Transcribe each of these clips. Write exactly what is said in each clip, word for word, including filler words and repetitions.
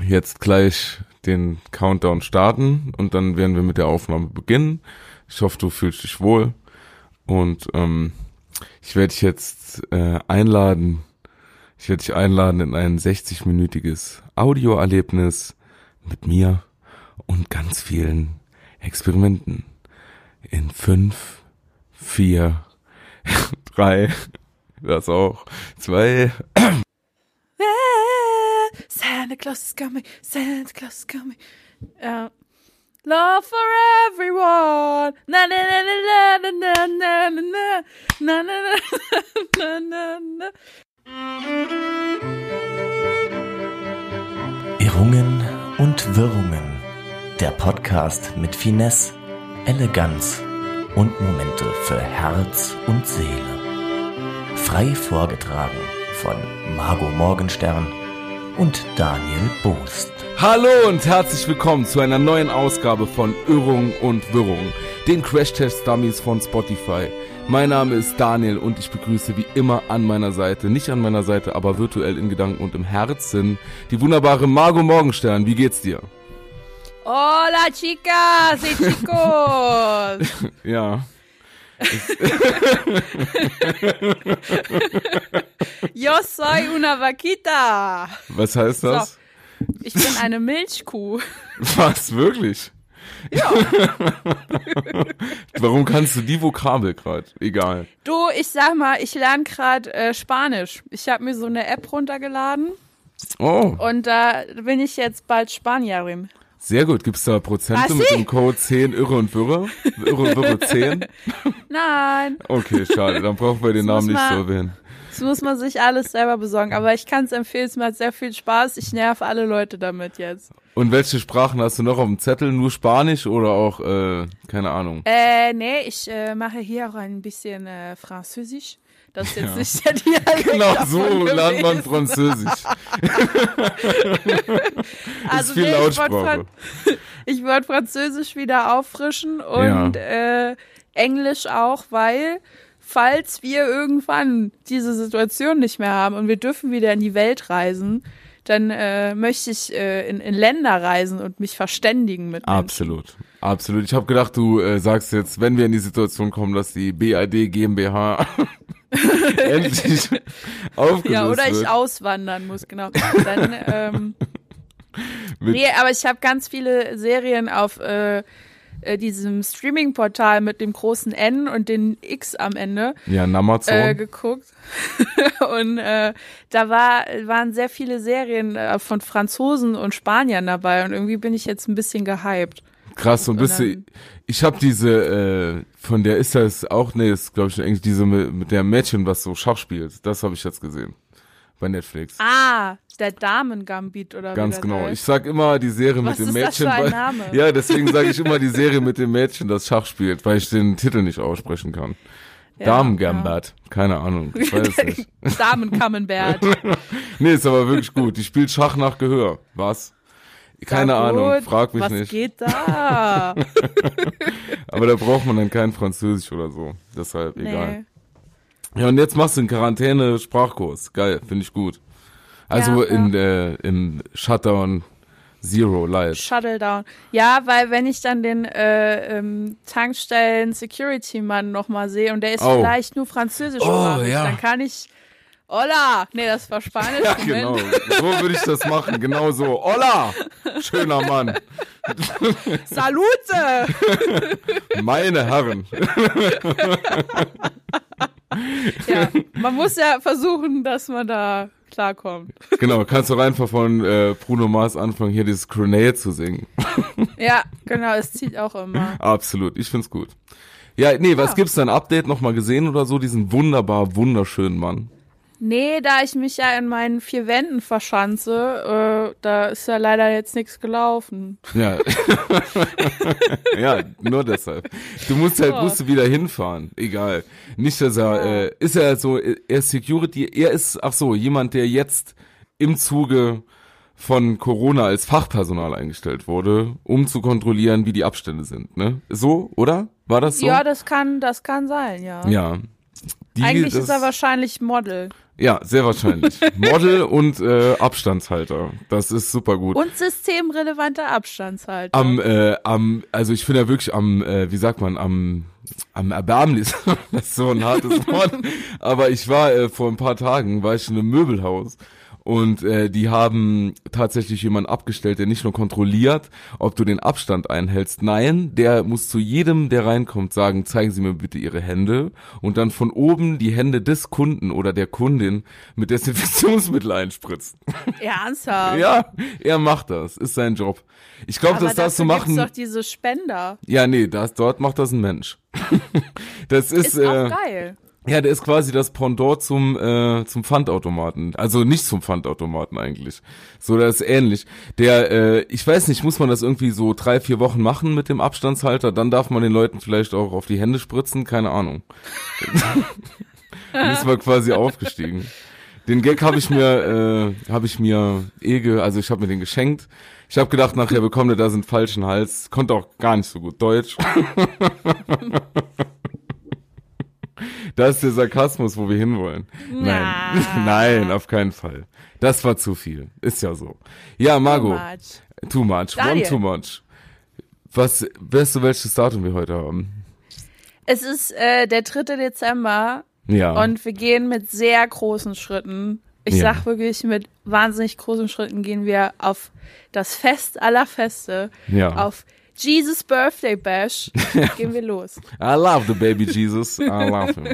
jetzt gleich den Countdown starten und dann werden wir mit der Aufnahme beginnen. Ich hoffe, du fühlst dich wohl und ähm, ich werde dich jetzt äh, einladen, ich werde dich einladen in ein sechzig-minütiges Audioerlebnis mit mir und ganz vielen Experimenten. In fünf, vier, drei, das auch, zwei. Santa Claus is coming, Santa Claus is coming. Uh, love for everyone. Na na na na na na na na na na na na. Irrungen und Wirrungen. Der Podcast mit Finesse, Eleganz und Momente für Herz und Seele. Frei vorgetragen von Margot Morgenstern und Daniel Boost. Hallo und herzlich willkommen zu einer neuen Ausgabe von Irrung und Wirrung, den Crash-Test-Dummies von Spotify. Mein Name ist Daniel und ich begrüße wie immer an meiner Seite, nicht an meiner Seite, aber virtuell in Gedanken und im Herzen, die wunderbare Margot Morgenstern. Wie geht's dir? Hola chicas y chicos. Ja. Yo soy una vaquita. Was heißt das? So, ich bin eine Milchkuh. Was, wirklich? Ja. Warum kannst du die Vokabel gerade? Egal. Du, ich sag mal, ich lerne gerade äh, Spanisch. Ich habe mir so eine App runtergeladen. Oh. Und da bin ich jetzt bald Spanierin. Sehr gut. Gibt's da Prozente Was mit sie? dem Code zehn Irre und Wirre? Irre und Wirre zehn? Nein, Okay, schade. Dann brauchen wir den Das Namen muss nicht zu man- erwähnen. das muss man sich alles selber besorgen. Aber ich kann es empfehlen, es macht sehr viel Spaß. Ich nerv alle Leute damit jetzt. Und welche Sprachen hast du noch auf dem Zettel? Nur Spanisch oder auch, äh, keine Ahnung? Äh, nee, ich äh, mache hier auch ein bisschen äh, Französisch. Das ist jetzt Ja. nicht der Dialekt Genau, davon so lernt man gewesen. Französisch. Also viel nee, ich wollte Lautsprache. Fran- ich wollte Französisch wieder auffrischen und äh, Englisch auch, weil falls wir irgendwann diese Situation nicht mehr haben und wir dürfen wieder in die Welt reisen, dann äh, möchte ich äh, in, in Länder reisen und mich verständigen mit Menschen. Absolut, absolut. Ich habe gedacht, du äh, sagst jetzt, wenn wir in die Situation kommen, dass die B I D GmbH endlich aufgelöst Ja, oder ich wird. auswandern muss, genau. Dann, ähm, Mit- nee, aber ich habe ganz viele Serien auf äh, äh, diesem Streaming-Portal mit dem großen N und den X am Ende Ja, Namazon. äh, geguckt. Und äh, da war, waren sehr viele Serien äh, von Franzosen und Spaniern dabei und irgendwie bin ich jetzt ein bisschen gehypt. Krass, so ein und bisschen. Ich habe diese, äh, von der ist das auch, nee, ist glaube ich eigentlich diese mit, mit der Mädchen, was so Schach spielt. Das habe ich jetzt gesehen. Bei Netflix. Ah, der Damen-Gambit oder wie Ganz das genau. heißt. Ich sag immer die Serie Was mit dem ist das Mädchen. für ein weil- Name? Ja, deswegen sage ich immer die Serie mit dem Mädchen, das Schach spielt, weil ich den Titel nicht aussprechen kann. Ja, Damen-Gambit. Keine Ahnung. Ich weiß es nicht. Damen-Camembert. Nee, ist aber wirklich gut. Die spielt Schach nach Gehör. Was? Keine Ja, Ahnung. gut. Frag mich Was nicht. geht da? Aber da braucht man dann kein Französisch oder so. Deshalb egal. Nee. Ja, und jetzt machst du einen Quarantäne-Sprachkurs. Geil, finde ich gut. Also Ja, in der im Shutdown Zero Live. Shuttle down. Ja, weil wenn ich dann den äh, ähm, Tankstellen-Security-Mann nochmal sehe und der ist Oh. vielleicht nur französisch Oh, ja. dann kann ich Hola! Nee, das war Spanisch. Ja, Moment. genau. So würde ich das machen. Genau so. Hola! Schöner Mann. Salute! Meine Herren. Ja, man muss ja versuchen, dass man da klarkommt. Genau, kannst du einfach von äh, Bruno Mars anfangen, hier dieses Grenade zu singen. Ja, genau, es zieht auch immer. Absolut, ich find's gut. Ja, nee, was Ja. gibt's denn? Update nochmal gesehen oder so? Diesen wunderbar, wunderschönen Mann. Nee, da ich mich ja in meinen vier Wänden verschanze, äh, da ist ja leider jetzt nichts gelaufen. Ja. Ja, nur deshalb. Du musst halt, Oh. musst du wieder hinfahren. Egal. Nicht, dass er, Ja. äh, ist er so, er ist Security, er ist, ach so, jemand, der jetzt im Zuge von Corona als Fachpersonal eingestellt wurde, um zu kontrollieren, wie die Abstände sind, ne? So, oder? War das so? Ja, das kann, das kann sein, ja. Ja. Die, Eigentlich das, ist er wahrscheinlich Model. Ja, sehr wahrscheinlich. Model und äh, Abstandshalter. Das ist super gut. Und systemrelevanter Abstandshalter. Am, äh, am, also ich finde ja wirklich am, äh, wie sagt man, am, am erbärmlichsten. Das ist so ein hartes Wort. Aber ich war äh, vor ein paar Tagen, war ich in einem Möbelhaus. Und äh, die haben tatsächlich jemanden abgestellt, der nicht nur kontrolliert, ob du den Abstand einhältst. Nein, der muss zu jedem, der reinkommt, sagen, zeigen Sie mir bitte Ihre Hände. Und dann von oben die Hände des Kunden oder der Kundin mit Desinfektionsmittel einspritzen. Ernsthaft? Ja, er macht das. Ist sein Job. Ich glaube, das darfst du machen. Aber doch diese Spender. Ja, nee, das, dort macht das ein Mensch. Das ist, ist auch äh, geil. Ja, der ist quasi das Pendant zum äh, zum Pfandautomaten. Also nicht zum Pfandautomaten eigentlich. So, das ist ähnlich. Der, äh, ich weiß nicht, muss man das irgendwie so drei, vier Wochen machen mit dem Abstandshalter? Dann darf man den Leuten vielleicht auch auf die Hände spritzen? Keine Ahnung. Dann ist man quasi aufgestiegen. Den Gag habe ich mir, äh, habe ich mir Ege, also ich habe mir den geschenkt. Ich habe gedacht, nachher bekommt er da so einen falschen Hals. Konnte auch gar nicht so gut Deutsch. Das ist der Sarkasmus, wo wir hinwollen. Nein, nein, auf keinen Fall. Das war zu viel. Ist ja so. Ja, Margot. Too much. Too much. One too much. Was, weißt du, welches Datum wir heute haben? Es ist äh, der dritte Dezember. Ja. Und wir gehen mit sehr großen Schritten. Ich Ja. sag wirklich, mit wahnsinnig großen Schritten gehen wir auf das Fest aller Feste. Ja. Auf Jesus Birthday Bash. Gehen wir los. I love the baby Jesus. I love him.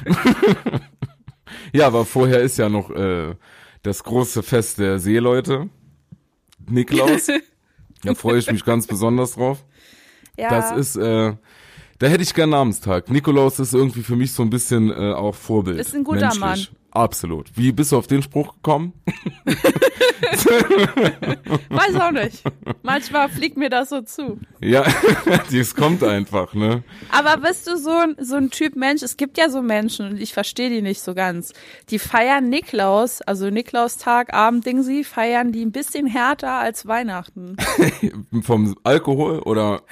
Ja, aber vorher ist ja noch äh, das große Fest der Seeleute. Nikolaus. Da freue ich mich ganz besonders drauf. Ja. Das ist, äh, da hätte ich gern Namenstag. Nikolaus ist irgendwie für mich so ein bisschen äh, auch Vorbild. Ist ein guter menschlich. Mann. Absolut. Wie bist du auf den Spruch gekommen? Weiß auch nicht. Manchmal fliegt mir das so zu. Ja, das kommt einfach, ne? Aber bist du so ein, so ein Typ Mensch? Es gibt ja so Menschen, und ich verstehe die nicht so ganz. Die feiern Niklaus, also Niklaustag, Abend-Ding, sie feiern die ein bisschen härter als Weihnachten. Vom Alkohol oder?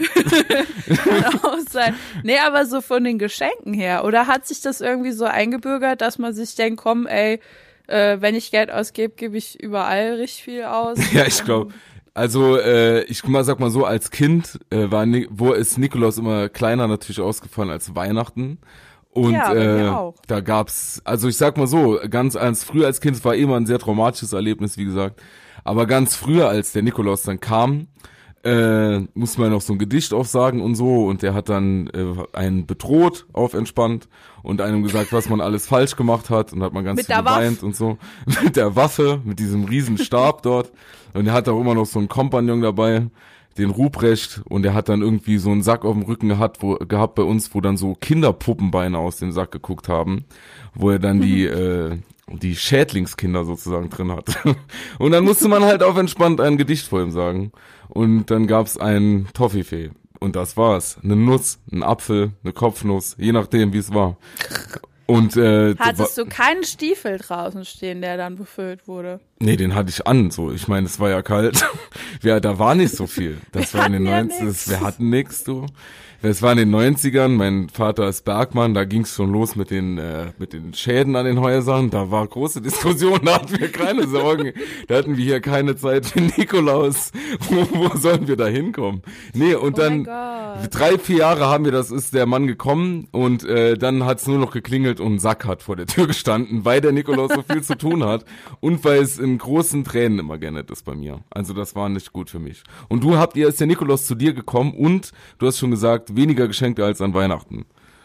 Kann auch sein. Nee, aber so von den Geschenken her. Oder hat sich das irgendwie so eingebürgert, dass man sich denkt, komm, ey, äh, wenn ich Geld ausgebe, gebe ich überall richtig viel aus. Ja, ich glaube. Also äh, ich mal sag mal so, als Kind äh, war Ni- wo ist Nikolaus immer kleiner natürlich ausgefallen als Weihnachten. Und Ja, bei mir äh, auch. da gab's, also ich sag mal so, ganz als früher als Kind, es war immer ein sehr traumatisches Erlebnis, wie gesagt. Aber ganz früher, als der Nikolaus dann kam, äh, muss man noch so ein Gedicht aufsagen und so, und der hat dann äh, einen bedroht auf entspannt und einem gesagt, was man alles falsch gemacht hat, und hat man ganz Mit viel der geweint Waffe. und so. Mit der Waffe, mit diesem riesen Stab dort. Und er hat auch immer noch so einen Kompagnon dabei, den Ruprecht, und er hat dann irgendwie so einen Sack auf dem Rücken gehabt, wo, gehabt bei uns, wo dann so Kinderpuppenbeine aus dem Sack geguckt haben, wo er dann die, äh, die Schädlingskinder sozusagen drin hat. Und dann musste man halt auf entspannt ein Gedicht vor ihm sagen. Und dann gab's ein Toffifee. Und das war's. Eine Nuss, ein Apfel, eine Kopfnuss, je nachdem, wie es war. Und äh, Hattest du keinen Stiefel draußen stehen, der dann befüllt wurde? Nee, den hatte ich an, so. Ich meine, es war ja kalt. Ja, da war nicht so viel. Das Wir war in den hatten ja neunzigern. nix. Wir hatten nix, du. Es war in den neunzigern. Mein Vater ist Bergmann. Da ging's schon los mit den äh, mit den Schäden an den Häusern. Da war große Diskussion. Da hatten wir keine Sorgen. Da hatten wir hier keine Zeit für Nikolaus. Wo, wo sollen wir da hinkommen? Nee, und Oh dann mein Gott. drei, vier Jahre haben wir, das ist der Mann gekommen, und äh, dann hat's nur noch geklingelt und ein Sack hat vor der Tür gestanden, weil der Nikolaus so viel zu tun hat und weil es in großen Tränen immer geendet ist bei mir. Also das war nicht gut für mich. Und du habt ihr, ist der Nikolaus zu dir gekommen, und du hast schon gesagt, weniger Geschenke als an Weihnachten.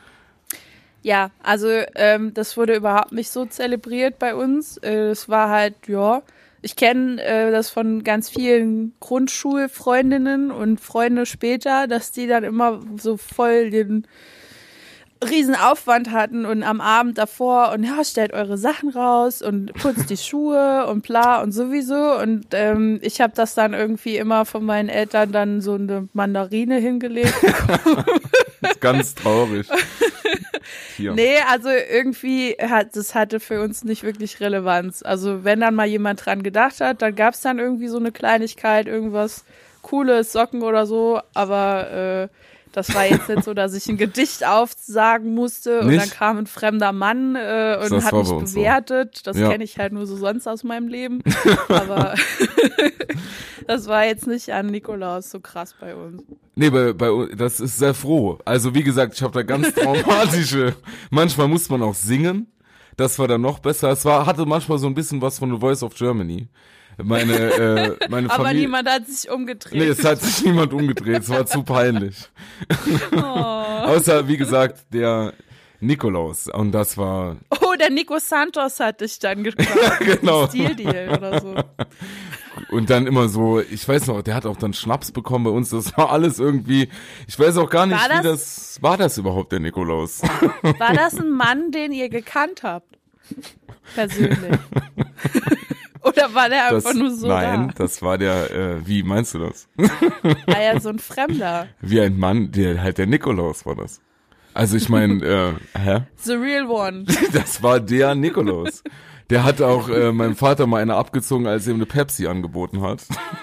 Ja, also ähm, das wurde überhaupt nicht so zelebriert bei uns. Äh, es war halt, ja, ich kenne äh, das von ganz vielen Grundschulfreundinnen und Freunde später, dass die dann immer so voll den riesen Aufwand hatten und am Abend davor und ja, stellt eure Sachen raus und putzt die Schuhe und bla und sowieso, und ähm, ich habe das dann irgendwie immer von meinen Eltern dann so eine Mandarine hingelegt. Ganz traurig. Hier. Nee, also irgendwie hat das hatte für uns nicht wirklich Relevanz. Also wenn dann mal jemand dran gedacht hat, dann gab's dann irgendwie so eine Kleinigkeit, irgendwas Cooles, Socken oder so, aber äh, Das war jetzt nicht so, dass ich ein Gedicht aufsagen musste und Nicht? dann kam ein fremder Mann äh, und Das hat war mich bei uns so. bewertet. Das Ja. kenne ich halt nur so sonst aus meinem Leben. Aber das war jetzt nicht an Nikolaus so krass bei uns. Nee, bei, bei uns, das ist sehr froh. Also wie gesagt, ich habe da ganz traumatische, manchmal muss man auch singen. Das war dann noch besser. Es war, hatte manchmal so ein bisschen was von The Voice of Germany. Meine, äh, meine Aber Familie. niemand hat sich umgedreht. Nee, es hat sich niemand umgedreht. Es war zu peinlich. Oh. Außer, wie gesagt, der Nikolaus. Und das war, Oh, der Nico Santos hat dich dann gefragt. genau. Steel Deal oder so. Und dann immer so, ich weiß noch, der hat auch dann Schnaps bekommen bei uns. Das war alles irgendwie, ich weiß auch gar nicht, War wie das, war das überhaupt, der Nikolaus? War das ein Mann, den ihr gekannt habt? Persönlich. Oder war der einfach Das, nur so nein, da? das war der, äh, wie meinst du das? War ja so ein Fremder. Wie ein Mann, der halt der Nikolaus war das. Also ich meine, äh, hä? The real one. Das war der Nikolaus. Der hat auch äh, meinem Vater mal eine abgezogen, als er ihm eine Pepsi angeboten hat.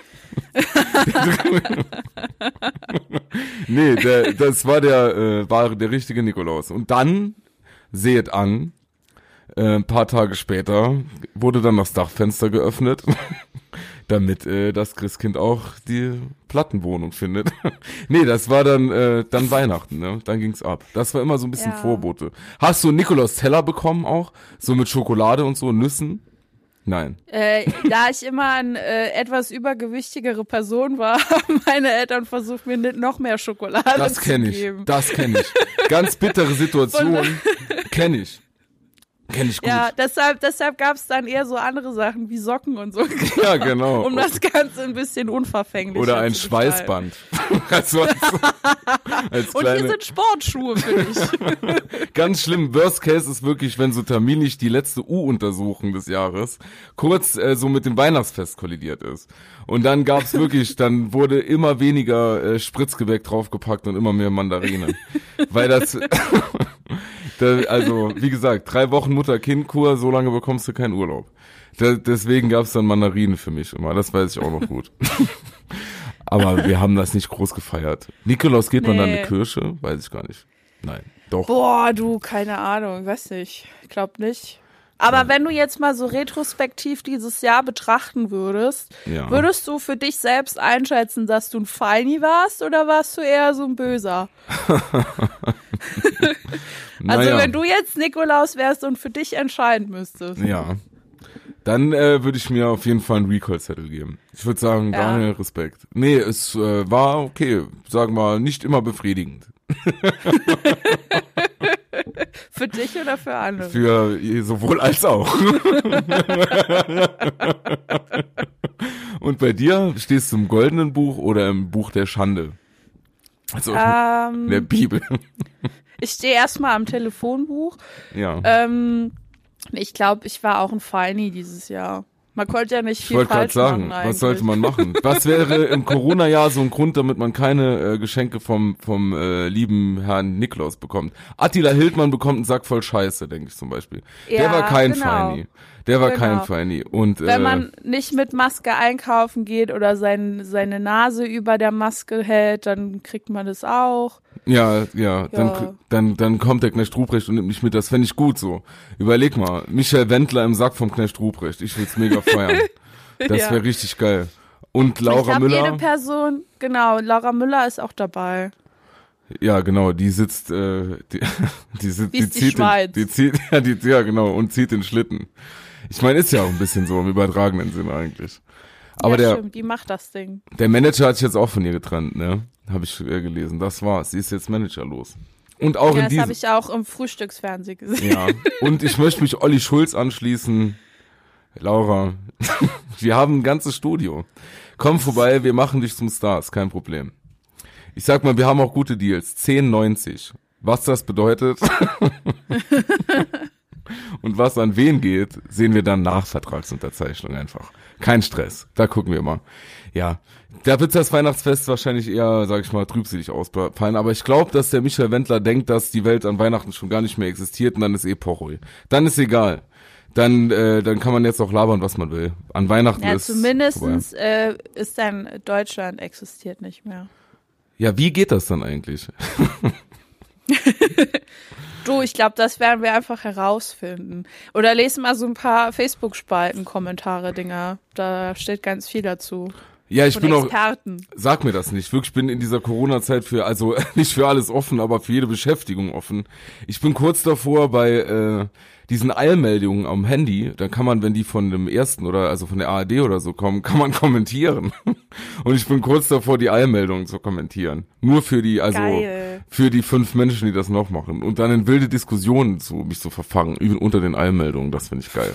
Nee, der, das war der, äh, war der richtige Nikolaus. Und dann, seht an, äh, ein paar Tage später wurde dann das Dachfenster geöffnet, damit äh, das Christkind auch die Plattenwohnung findet. Nee, das war dann äh, dann Weihnachten, ne? Dann ging's ab. Das war immer so ein bisschen Ja. Vorbote. Hast du einen Nikolaus-Teller bekommen auch? So mit Schokolade und so, Nüssen? Nein. Äh, da ich immer eine äh, etwas übergewichtigere Person war, haben meine Eltern versucht, mir nicht noch mehr Schokolade Das zu kenne ich. geben. Das kenne ich. Ganz bittere Situation kenne ich. Kenne ich gut. Ja, deshalb, deshalb gab es dann eher so andere Sachen wie Socken und so. Ja, genau. Um das Ganze ein bisschen unverfänglich Oder ein zu gestalten. Schweißband. Also als, als Und kleine, hier sind Sportschuhe für dich. ganz schlimm. Worst Case ist wirklich, wenn so terminlich die letzte U-Untersuchung des Jahres kurz äh, so mit dem Weihnachtsfest kollidiert ist. Und dann gab's wirklich, dann wurde immer weniger äh, Spritzgebäck draufgepackt und immer mehr Mandarinen. Weil das, da, also wie gesagt, drei Wochen Mutter-Kind-Kur, so lange bekommst du keinen Urlaub. Da, deswegen gab's dann Mandarinen für mich immer, das weiß ich auch noch gut. Aber wir haben das nicht groß gefeiert. Nikolaus geht man dann in Nee. die Kirche? Weiß ich gar nicht. Nein, doch. Boah, du, keine Ahnung, weiß nicht. Ich glaub nicht. Aber wenn du jetzt mal so retrospektiv dieses Jahr betrachten würdest, Ja. würdest du für dich selbst einschätzen, dass du ein Feini warst oder warst du eher so ein Böser? Also Naja. wenn du jetzt Nikolaus wärst und für dich entscheiden müsstest. Ja. Dann äh, würde ich mir auf jeden Fall einen Recall-Zettel geben. Ich würde sagen, Ja. Daniel, Respekt. Nee, es äh, war okay, sagen wir mal, nicht immer befriedigend. Für dich oder für andere? Für äh, sowohl als auch. Und bei dir stehst du im goldenen Buch oder im Buch der Schande? Also in der ähm, Bibel. ich stehe erstmal am Telefonbuch. Ja. Ähm, ich glaube, ich war auch ein Feini dieses Jahr. Man konnte ja nicht Ich viel wollte gerade falsch sagen, machen eigentlich. was sollte man machen? Was wäre im Corona-Jahr so ein Grund, damit man keine äh, Geschenke vom vom äh, lieben Herrn Nikolaus bekommt? Attila Hildmann bekommt einen Sack voll Scheiße, denke ich zum Beispiel. Der Ja, war kein genau. Feini. Der war Genau. kein Feini. Und äh, Wenn man nicht mit Maske einkaufen geht oder sein, seine Nase über der Maske hält, dann kriegt man das auch. ja, ja, dann Ja. dann dann kommt der Knecht Ruprecht und nimmt mich mit. Das fände ich gut so. Überleg mal, Michael Wendler im Sack vom Knecht Ruprecht. Ich will's mega feiern. Das Ja. wäre richtig geil. Und Ich Laura glaube, Müller. jede Person, genau, Laura Müller ist auch dabei. Ja, genau, die sitzt, äh, die, die, sitzt, Wie die ist die zieht, Schweiz? den, die zieht, ja, die, ja, genau, und zieht den Schlitten. Ich meine, ist ja auch ein bisschen so im übertragenen Sinne eigentlich. Aber ja, der, stimmt, die macht das Ding. der Manager hat sich jetzt auch von ihr getrennt, ne? Habe ich äh, gelesen. Das war's. Sie ist jetzt managerlos. Und auch Ja, in das diesem. habe ich auch im Frühstücksfernsehen gesehen. Ja. Und ich möchte mich Olli Schulz anschließen. Laura, wir haben ein ganzes Studio. Komm vorbei, wir machen dich zum Stars, kein Problem. Ich sag mal, wir haben auch gute Deals. zehn neunzig. Was das bedeutet und was an wen geht, sehen wir dann nach Vertragsunterzeichnung einfach. Kein Stress, da gucken wir mal. Ja, da wird das Weihnachtsfest wahrscheinlich eher, sag ich mal, trübselig ausfallen. Aber ich glaube, dass der Michael Wendler denkt, dass die Welt an Weihnachten schon gar nicht mehr existiert und dann ist eh Porroi. Dann ist egal. Dann, äh, dann kann man jetzt auch labern, was man will. An Weihnachten Ja, ist zumindestens vorbei. äh, ist dann Deutschland existiert nicht mehr. Ja, wie geht das dann eigentlich? Du, ich glaube, das werden wir einfach herausfinden. Oder lesen mal so ein paar Facebook-Spalten, Kommentare, Dinger. Da steht ganz viel dazu. Ja, ich Von bin Experten. auch, sag mir das nicht, wirklich, ich bin in dieser Corona-Zeit für, also nicht für alles offen, aber für jede Beschäftigung offen. Ich bin kurz davor bei äh, diesen Eilmeldungen am Handy, da kann man, wenn die von dem ersten oder also von der A R D oder so kommen, kann man kommentieren. Und ich bin kurz davor, die Eilmeldungen zu kommentieren. Nur für die, also Geil. für die fünf Menschen, die das noch machen. Und dann in wilde Diskussionen zu mich zu verfangen, unter den Eilmeldungen, das finde ich geil.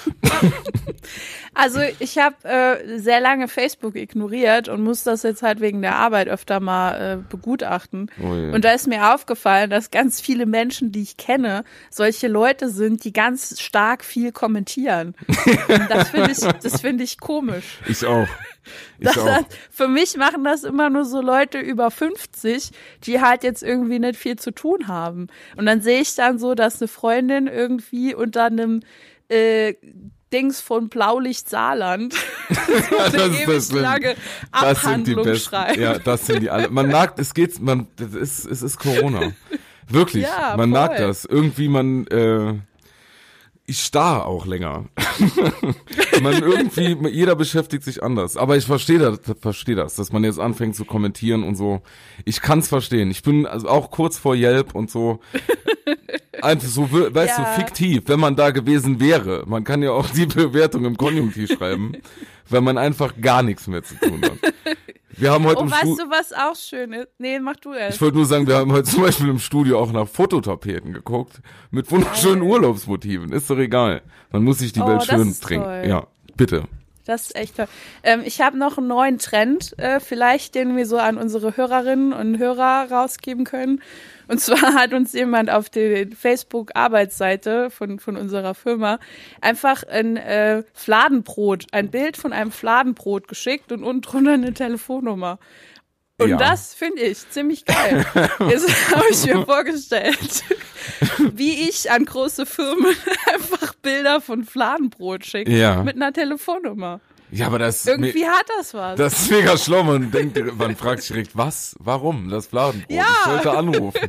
Also ich habe äh, sehr lange Facebook ignoriert und muss das jetzt halt wegen der Arbeit öfter mal äh, begutachten. Oh je. Und da ist mir aufgefallen, dass ganz viele Menschen, die ich kenne, solche Leute sind, die ganz stark viel kommentieren. Und das finde ich, das finde ich komisch. Ich auch. Ich Das auch. heißt, für mich machen das immer nur so Leute über fünfzig, die halt jetzt irgendwie nicht viel zu tun haben. Und dann sehe ich dann so, dass eine Freundin irgendwie unter einem äh, Dings von Blaulicht Saarland so Ja, eine das- ewig das sind- lange Das sind die Abhandlung besten. schreibt. Ja, das sind die alle. Man merkt, es geht, man, das ist, es ist Corona. Wirklich. Ja, man voll. merkt das. Irgendwie man, äh, ich starr auch länger. Man irgendwie, jeder beschäftigt sich anders. Aber ich verstehe das, verstehe das, dass man jetzt anfängt zu kommentieren und so. Ich kann's verstehen. Ich bin also auch kurz vor Yelp und so. Einfach so, weißt Ja. du, fiktiv, wenn man da gewesen wäre. Man kann ja auch die Bewertung im Konjunktiv schreiben, weil man einfach gar nichts mehr zu tun hat. Wir haben heute Oh, im weißt Studio, du, was auch schön ist? Nee, mach du erst. ich wollte nur sagen, wir haben heute zum Beispiel im Studio auch nach Fototapeten geguckt, mit wunderschönen Urlaubsmotiven. Ist doch egal. Man muss sich die Oh, Welt das schön ist trinken. toll. Ja, bitte. Das ist echt toll. Ähm, ich habe noch einen neuen Trend, äh, vielleicht, den wir so an unsere Hörerinnen und Hörer rausgeben können. Und zwar hat uns jemand auf der Facebook-Arbeitsseite von, von unserer Firma einfach ein äh, Fladenbrot, ein Bild von einem Fladenbrot geschickt und unten drunter eine Telefonnummer. Und Ja. das finde ich ziemlich geil. Jetzt habe ich mir vorgestellt, wie ich an große Firmen einfach Bilder von Fladenbrot schicke Ja. mit einer Telefonnummer. Ja, aber das, Irgendwie hat das was. das ist mega schlau. Man denkt, man fragt sich direkt, was, warum, das Fladenbrot? Ja. Ich sollte anrufen.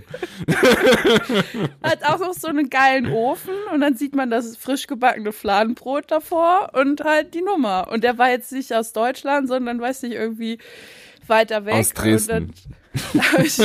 Hat auch noch so einen geilen Ofen und dann sieht man das frisch gebackene Fladenbrot davor und halt die Nummer. Und der war jetzt nicht aus Deutschland, sondern, weiß nicht, irgendwie weiter weg. Aus Dresden. Und dann hab ich,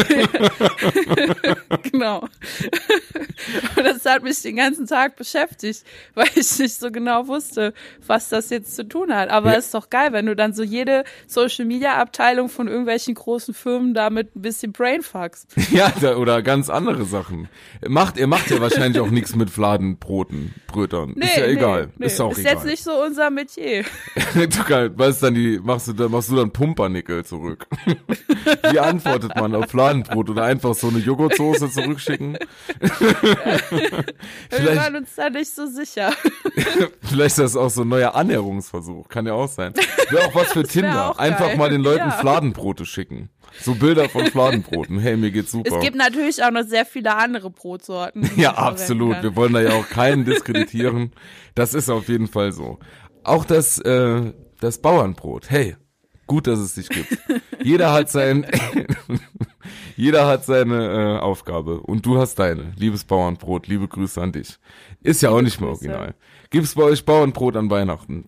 genau. Und das hat mich den ganzen Tag beschäftigt, weil ich nicht so genau wusste, was das jetzt zu tun hat. Aber Ja. es ist doch geil, wenn du dann so jede Social-Media-Abteilung von irgendwelchen großen Firmen damit ein bisschen brainfuckst. Ja, da, oder ganz andere Sachen. Macht, ihr macht ja wahrscheinlich auch nichts mit Fladenbroten, Brötern. ist ja egal. Nee, ist auch ist egal. jetzt nicht so unser Metier. Du geil, weißt dann die, machst du, dann machst du dann Pumpernickel zurück. Wie antwortet man auf Fladenbrot oder einfach so eine Joghurtsoße zurückschicken? Wir vielleicht, waren uns da nicht so sicher. vielleicht ist das auch so ein neuer Annäherungsversuch, kann ja auch sein. Wäre auch was für wär Tinder. auch Einfach geil. mal den Leuten Ja. Fladenbrote schicken. So Bilder von Fladenbroten. Hey, mir geht's super. Es gibt natürlich auch noch sehr viele andere Brotsorten. die Ja, man verwenden absolut. kann. Wir wollen da ja auch keinen diskreditieren. Das ist auf jeden Fall so. Auch das, äh, das Bauernbrot. Hey, gut, dass es dich gibt. Jeder hat sein, jeder hat seine äh, Aufgabe und du hast deine. Liebes Bauernbrot, liebe Grüße an dich. Ist ja auch Liebe nicht mehr Grüße. original. Gibt's bei euch Bauernbrot an Weihnachten?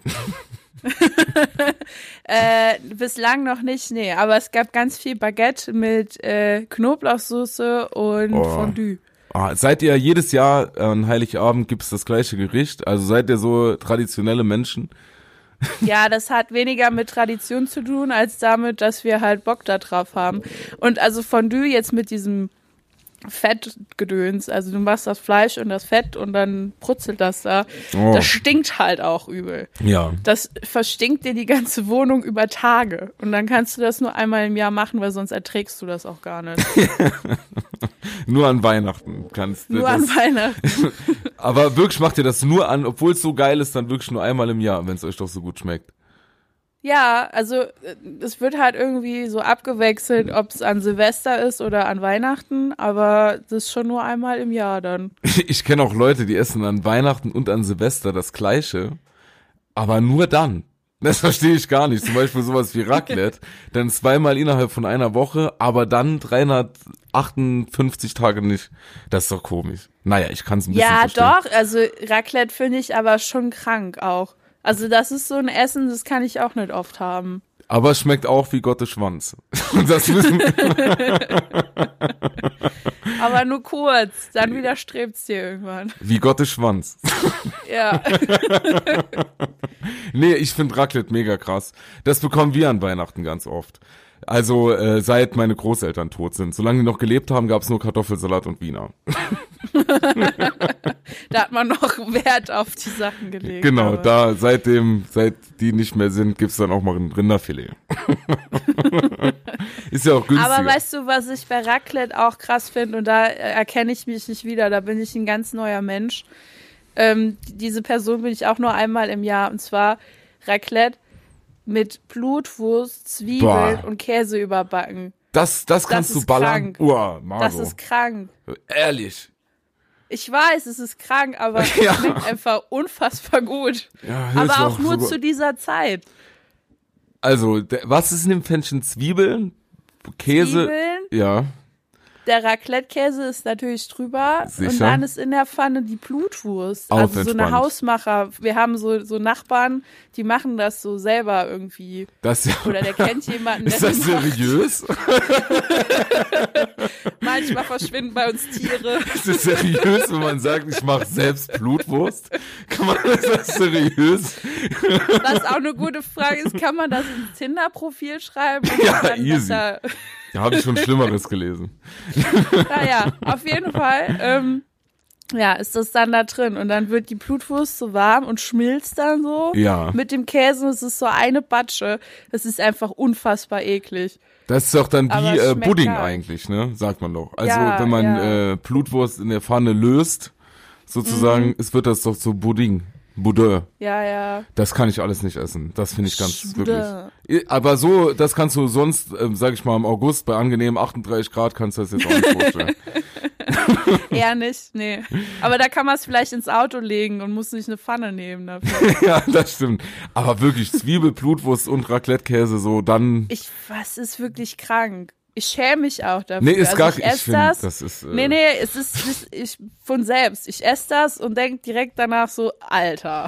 Äh, bislang noch nicht, nee. Aber es gab ganz viel Baguette mit äh, Knoblauchsoße und Oh. Fondue. Ah, seid ihr jedes Jahr an Heiligabend gibt's das gleiche Gericht? Also seid ihr so traditionelle Menschen? Ja, das hat weniger mit Tradition zu tun, als damit, dass wir halt Bock da drauf haben. Und also Fondue jetzt mit diesem Fettgedöns, also du machst das Fleisch und das Fett und dann brutzelt das da. Oh. Das stinkt halt auch übel. Ja. Das verstinkt dir die ganze Wohnung über Tage. Und dann kannst du das nur einmal im Jahr machen, weil sonst erträgst du das auch gar nicht. Nur an Weihnachten kannst du Nur das. an Weihnachten. Aber wirklich macht ihr das nur an, obwohl es so geil ist, dann wirklich nur einmal im Jahr, wenn es euch doch so gut schmeckt. Ja, also äh, es wird halt irgendwie so abgewechselt, ob es an Silvester ist oder an Weihnachten, aber das ist schon nur einmal im Jahr dann. Ich kenne auch Leute, die essen an Weihnachten und an Silvester das Gleiche, aber nur dann. Das verstehe ich gar nicht. Zum Beispiel sowas wie Raclette, dann zweimal innerhalb von einer Woche, aber dann dreihundertachtundfünfzig Tage nicht. Das ist doch komisch. Naja, ich kann es ein bisschen Ja, verstehen. doch. Also Raclette finde ich aber schon krank auch. Also das ist so ein Essen, das kann ich auch nicht oft haben. Aber es schmeckt auch wie Gottes Schwanz. Und das wissen Aber nur kurz, dann widerstrebt's dir irgendwann. Wie Gottes Schwanz. Ja. Nee, ich finde Raclette mega krass. Das bekommen wir an Weihnachten ganz oft. Also äh, seit meine Großeltern tot sind. Solange die noch gelebt haben, gab's nur Kartoffelsalat und Wiener. Da hat man noch Wert auf die Sachen gelegt. Genau, aber. da seitdem, seit die nicht mehr sind, gibt's dann auch mal ein Rinderfilet. Ist ja auch günstiger. Aber weißt du, was ich bei Raclette auch krass finde, und da erkenne ich mich nicht wieder, da bin ich ein ganz neuer Mensch. Ähm, diese Person bin ich auch nur einmal im Jahr, und zwar Raclette mit Blutwurst, Zwiebeln Boah. und Käse überbacken. Das, das kannst Das du ist ballern. krank. Uah, Margot. Das ist krank. Ehrlich. Ich weiß, es ist krank, aber es Ja. schmeckt einfach unfassbar gut. Ja, hört sich Aber auch nur sogar- zu dieser Zeit. Also, der, was ist in dem Pfännchen? Zwiebeln? Käse? Zwiebeln, Ja. der Raclette-Käse ist natürlich drüber Sicher. und dann ist in der Pfanne die Blutwurst. Auch also so eine entspannt. Hausmacher. Wir haben so, so Nachbarn, die machen das so selber irgendwie. Das ja. Oder der kennt jemanden, der Ist das macht. seriös? Manchmal verschwinden bei uns Tiere. Ist das seriös, wenn man sagt, ich mache selbst Blutwurst? Kann man das, ist das seriös? Was auch eine gute Frage ist, kann man das ins Tinder-Profil schreiben? Und Ja, dann, easy. dass er- Ja, habe ich schon Schlimmeres gelesen. Naja, auf jeden Fall, ähm, ja, ist das dann da drin. Und dann wird die Blutwurst so warm und schmilzt dann so Ja. mit dem Käse. Es ist so eine Batsche. Das ist einfach unfassbar eklig. Das ist doch dann Aber wie es äh, schmeckt Pudding geil. eigentlich, ne? Sagt man doch. Also Ja, wenn man ja. äh, Blutwurst in der Pfanne löst, sozusagen, Mhm. es wird das doch so Pudding. Boudin. Ja, ja. Das kann ich alles nicht essen. Das finde ich ganz Boudin. wirklich. Aber so, das kannst du sonst, ähm, sag ich mal, im August bei angenehmen achtunddreißig Grad kannst du das jetzt auch nicht vorstellen. Eher nicht, nee. Aber da kann man es vielleicht ins Auto legen und muss nicht eine Pfanne nehmen dafür. Ja, das stimmt. Aber wirklich, Zwiebel, Blutwurst und Raclette-Käse, so dann. Ich, was ist wirklich krank? Ich schäme mich auch dafür. Nee, ist also gar ich ich esse finde, das. das ist. Äh, Nee, nee, es ist, es ist ich, von selbst. Ich esse das und denke direkt danach so, Alter.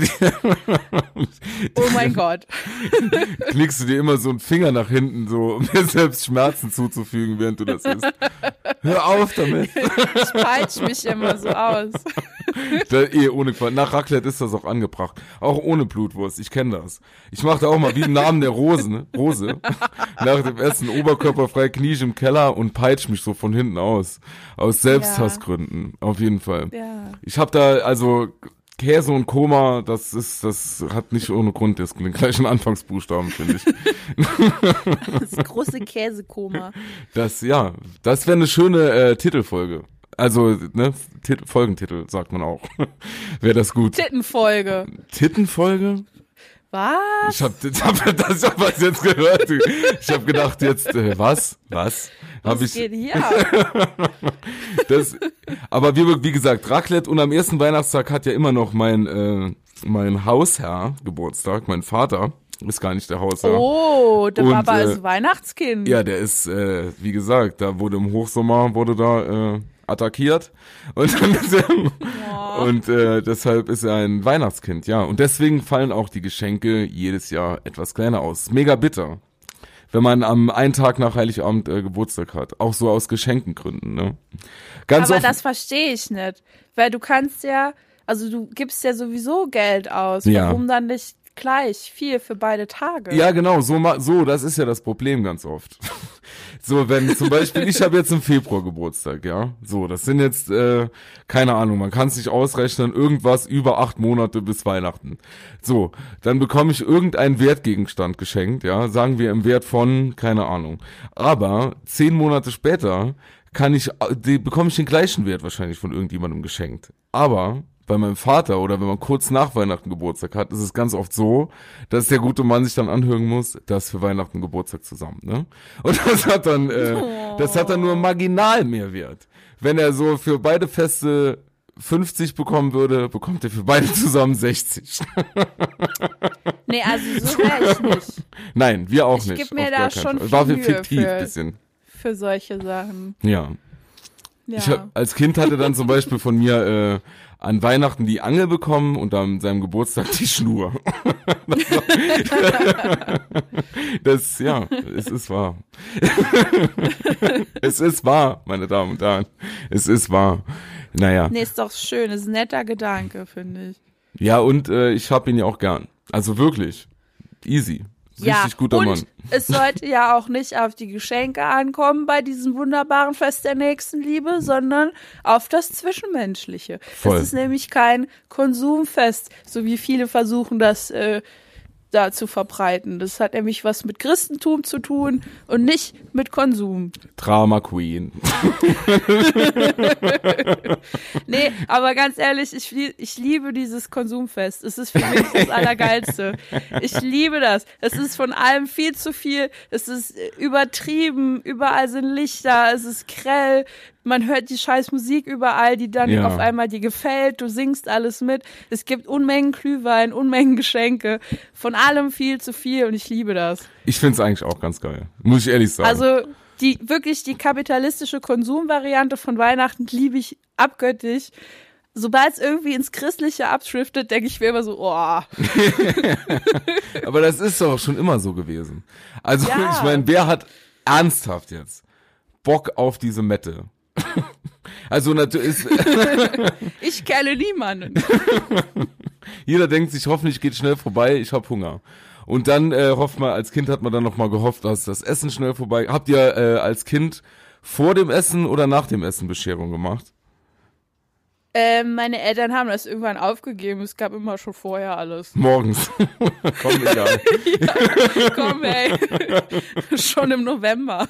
Oh mein Gott. Klickst du dir immer so einen Finger nach hinten, so, um dir selbst Schmerzen zuzufügen, während du das isst. Hör auf damit. Ich peitsche mich immer so aus. Da, eh, ohne Quatsch. Nach Raclette ist das auch angebracht. Auch ohne Blutwurst. Ich kenne das. Ich mache da auch mal wie im Namen der Rose, ne? Rose. Nach dem Essen oberkörperfrei, Knie im Keller und peitsch mich so von hinten aus. Aus Selbsthassgründen. Auf jeden Fall. Ja. Ich habe da, also Käse und Koma, das ist, das hat nicht ohne Grund jetzt den gleichen Anfangsbuchstaben, finde ich. Das große Käsekoma. Das, ja, das wäre eine schöne äh, Titelfolge. Also, ne, Tit- Folgentitel, sagt man auch. Wäre das gut. Tittenfolge. Tittenfolge? Was? Ich hab, ich hab das hab was jetzt gehört. Ich hab gedacht jetzt, äh, was? Was? Hab Was ich, geht hier ab? das, aber wie, wie gesagt, Raclette und am ersten Weihnachtstag hat ja immer noch mein, äh, mein Hausherr Geburtstag, mein Vater. Ist gar nicht der Hausherr. Oh, der Und, Papa äh, ist Weihnachtskind. Ja, der ist, äh, wie gesagt, da wurde im Hochsommer, wurde da äh, attackiert. Und, dann ist er, Oh. und äh, deshalb ist er ein Weihnachtskind, ja. Und deswegen fallen auch die Geschenke jedes Jahr etwas kleiner aus. Mega bitter. Wenn man am einen Tag nach Heiligabend äh, Geburtstag hat. Auch so aus Geschenkengründen, ne? Ganz Aber oft, das verstehe ich nicht. Weil du kannst ja, also du gibst ja sowieso Geld aus. Ja. Warum dann nicht gleich viel für beide Tage? Ja, genau, so, ma- so, das ist ja das Problem ganz oft. So, wenn zum Beispiel, ich habe jetzt im Februar Geburtstag, ja, so, das sind jetzt, äh, keine Ahnung, man kann es nicht ausrechnen, irgendwas über acht Monate bis Weihnachten. So, dann bekomme ich irgendeinen Wertgegenstand geschenkt, ja, sagen wir im Wert von, keine Ahnung. Aber zehn Monate später kann ich, die, bekomme ich den gleichen Wert wahrscheinlich von irgendjemandem geschenkt. Aber bei meinem Vater oder wenn man kurz nach Weihnachten Geburtstag hat, ist es ganz oft so, dass der gute Mann sich dann anhören muss, das für Weihnachten Geburtstag zusammen, ne? Und das hat dann, äh, das hat dann nur marginal Mehrwert. Wenn er so für beide Feste fünfzig bekommen würde, bekommt er für beide zusammen sechzig. Nee, also so wäre ich nicht. Nein, wir auch ich nicht. Ich gebe mir da schon viel War Mühe fiktiv für, bisschen. für solche Sachen. Ja. ja. Ich hab, als Kind hatte dann zum Beispiel von mir äh, an Weihnachten die Angel bekommen und an seinem Geburtstag die Schnur. Das, ja, es ist wahr. Es ist wahr, meine Damen und Herren. Es ist wahr. Naja. Nee, ist doch schön. Ist ein netter Gedanke, finde ich. Ja, und äh, ich hab ihn ja auch gern. Also wirklich. Easy. Richtig ja, guter und Mann. Es sollte ja auch nicht auf die Geschenke ankommen bei diesem wunderbaren Fest der Nächstenliebe, sondern auf das Zwischenmenschliche. Voll. Das ist nämlich kein Konsumfest, so wie viele versuchen, das äh, da zu verbreiten. Das hat nämlich was mit Christentum zu tun und nicht mit Konsum. Drama Queen. Nee, aber ganz ehrlich, ich, ich liebe dieses Konsumfest. Es ist für mich das Allergeilste. Ich liebe das. Es ist von allem viel zu viel. Es ist übertrieben. Überall sind Lichter. Es ist grell. Man hört die scheiß Musik überall, die dann ja. auf einmal dir gefällt. Du singst alles mit. Es gibt Unmengen Glühwein, Unmengen Geschenke. Von allem viel zu viel und ich liebe das. Ich find's eigentlich auch ganz geil. Muss ich ehrlich sagen. Also die wirklich die kapitalistische Konsumvariante von Weihnachten liebe ich abgöttisch. Sobald es irgendwie ins Christliche abschriftet, denke ich mir immer so, oh. Aber das ist doch schon immer so gewesen. Also ja. ich meine, wer hat ernsthaft jetzt Bock auf diese Mette? Also natürlich ist ich kenne niemanden. Jeder denkt sich, hoffentlich geht schnell vorbei, ich hab Hunger. Und dann äh, hofft man, als Kind hat man dann noch mal gehofft, dass das Essen schnell vorbei. Habt ihr äh, als Kind vor dem Essen oder nach dem Essen Bescherung gemacht? Ähm, meine Eltern haben das irgendwann aufgegeben. Es gab immer schon vorher alles. Morgens. Komm, egal. Ja, komm, ey. Schon im November.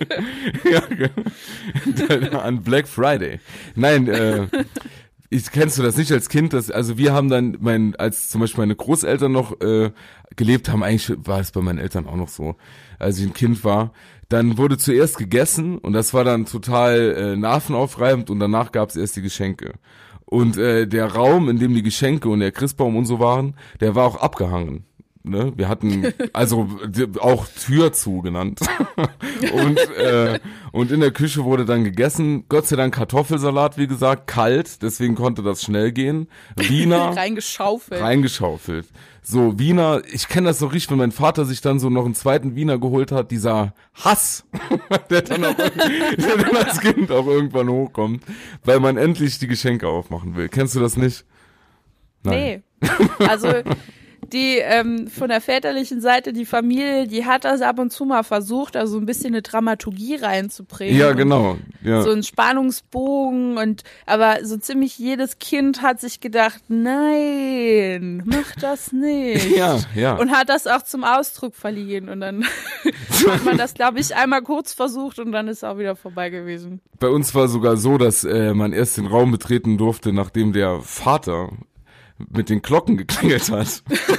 Ja, an Black Friday. Nein, äh, ich, kennst du das nicht als Kind? Dass, also wir haben dann, mein, als zum Beispiel meine Großeltern noch äh, gelebt haben, eigentlich war es bei meinen Eltern auch noch so, als ich ein Kind war, dann wurde zuerst gegessen und das war dann total äh, nervenaufreibend und danach gab es erst die Geschenke. Und äh, der Raum, in dem die Geschenke und der Christbaum und so waren, der war auch abgehangen. Ne? Wir hatten also auch Tür zu genannt. und, äh, und in der Küche wurde dann gegessen. Gott sei Dank Kartoffelsalat, wie gesagt, kalt, deswegen konnte das schnell gehen. Wiener. reingeschaufelt. Reingeschaufelt. So, Wiener, ich kenne das so richtig, wenn mein Vater sich dann so noch einen zweiten Wiener geholt hat, dieser Hass, der dann, auch, der dann als Kind auch irgendwann hochkommt, weil man endlich die Geschenke aufmachen will. Kennst du das nicht? Nein. Nee. Also die ähm, von der väterlichen Seite, die Familie, die hat das ab und zu mal versucht, also ein bisschen eine Dramaturgie reinzubringen. Ja, genau. Ja. So ein Spannungsbogen und aber so ziemlich jedes Kind hat sich gedacht, nein, mach das nicht. Ja, ja. Und hat das auch zum Ausdruck verliehen und dann hat man das, glaube ich, einmal kurz versucht und dann ist auch wieder vorbei gewesen. Bei uns war sogar so, dass äh, man erst den Raum betreten durfte, nachdem der Vater mit den Glocken geklingelt hat.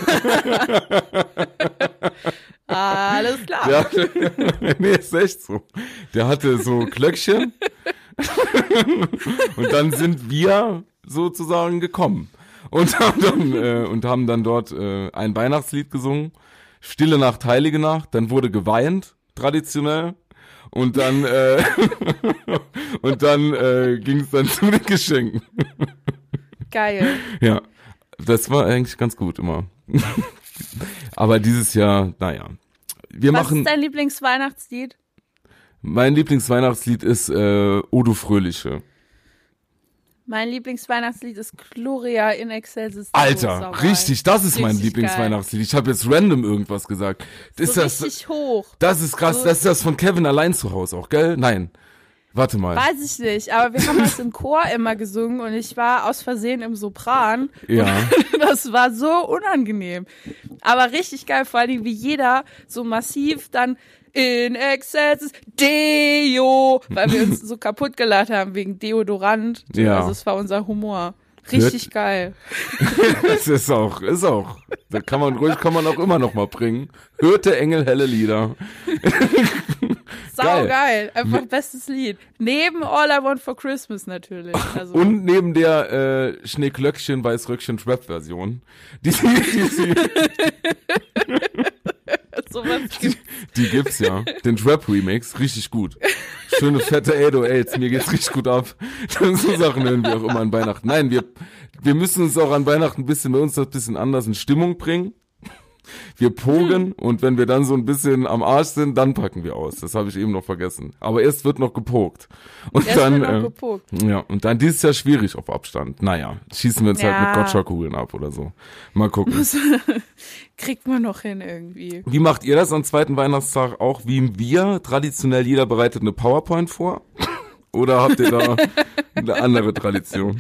Alles klar. Ja, nee, ist echt so. Der hatte so Glöckchen und dann sind wir sozusagen gekommen und haben dann, äh, und haben dann dort äh, ein Weihnachtslied gesungen, Stille Nacht, Heilige Nacht, dann wurde geweint, traditionell. Und dann äh, und dann äh, ging es dann zu den Geschenken. Geil. Ja. Das war eigentlich ganz gut immer. Aber dieses Jahr, naja. Wir Was machen, ist dein Lieblingsweihnachtslied? Mein Lieblingsweihnachtslied ist äh, O du Fröhliche. Mein Lieblingsweihnachtslied ist Gloria in Excelsis. Alter, Sauerei. richtig, das ist mein Richtig Lieblingsweihnachtslied. Ich habe jetzt random irgendwas gesagt. Ist So das, richtig hoch. das ist krass, So- das ist das von Kevin allein zu Hause auch, gell? Nein. Warte mal. Weiß ich nicht, aber wir haben das im Chor immer gesungen und ich war aus Versehen im Sopran. Ja. Und das war so unangenehm. Aber richtig geil, vor allem wie jeder so massiv dann in Excelsis Deo, weil wir uns so kaputt gelacht haben wegen Deodorant. Ja. Also es war unser Humor. Richtig Hört- geil. Das ist auch, ist auch. Da kann man ruhig, kann man auch immer noch mal bringen. Hört der Engel helle Lieder. Sau geil. Einfach bestes Lied. Neben All I Want for Christmas natürlich. Also. Und neben der äh, Schneeglöckchen, Weißröckchen Trap-Version. Die, die, die, so was gibt's. Die, die gibt's ja. Den Trap-Remix, richtig gut. Schöne fette acht null acht, mir geht's richtig gut ab. So Sachen hören wir auch immer an Weihnachten. Nein, wir, wir müssen uns auch an Weihnachten ein bisschen, bei uns das ein bisschen anders in Stimmung bringen. Wir pogen und wenn wir dann so ein bisschen am Arsch sind, dann packen wir aus. Das habe ich eben noch vergessen. Aber erst wird noch gepokt. Und erst dann, wird noch äh, gepokt. Ja, und dann dieses Jahr schwierig auf Abstand. Naja, schießen wir uns ja. halt mit Gotcha-Kugeln ab oder so. Mal gucken. Kriegt man noch hin irgendwie. Wie macht ihr das am zweiten Weihnachtstag auch wie wir? Traditionell jeder bereitet eine PowerPoint vor? Oder habt ihr da eine andere Tradition?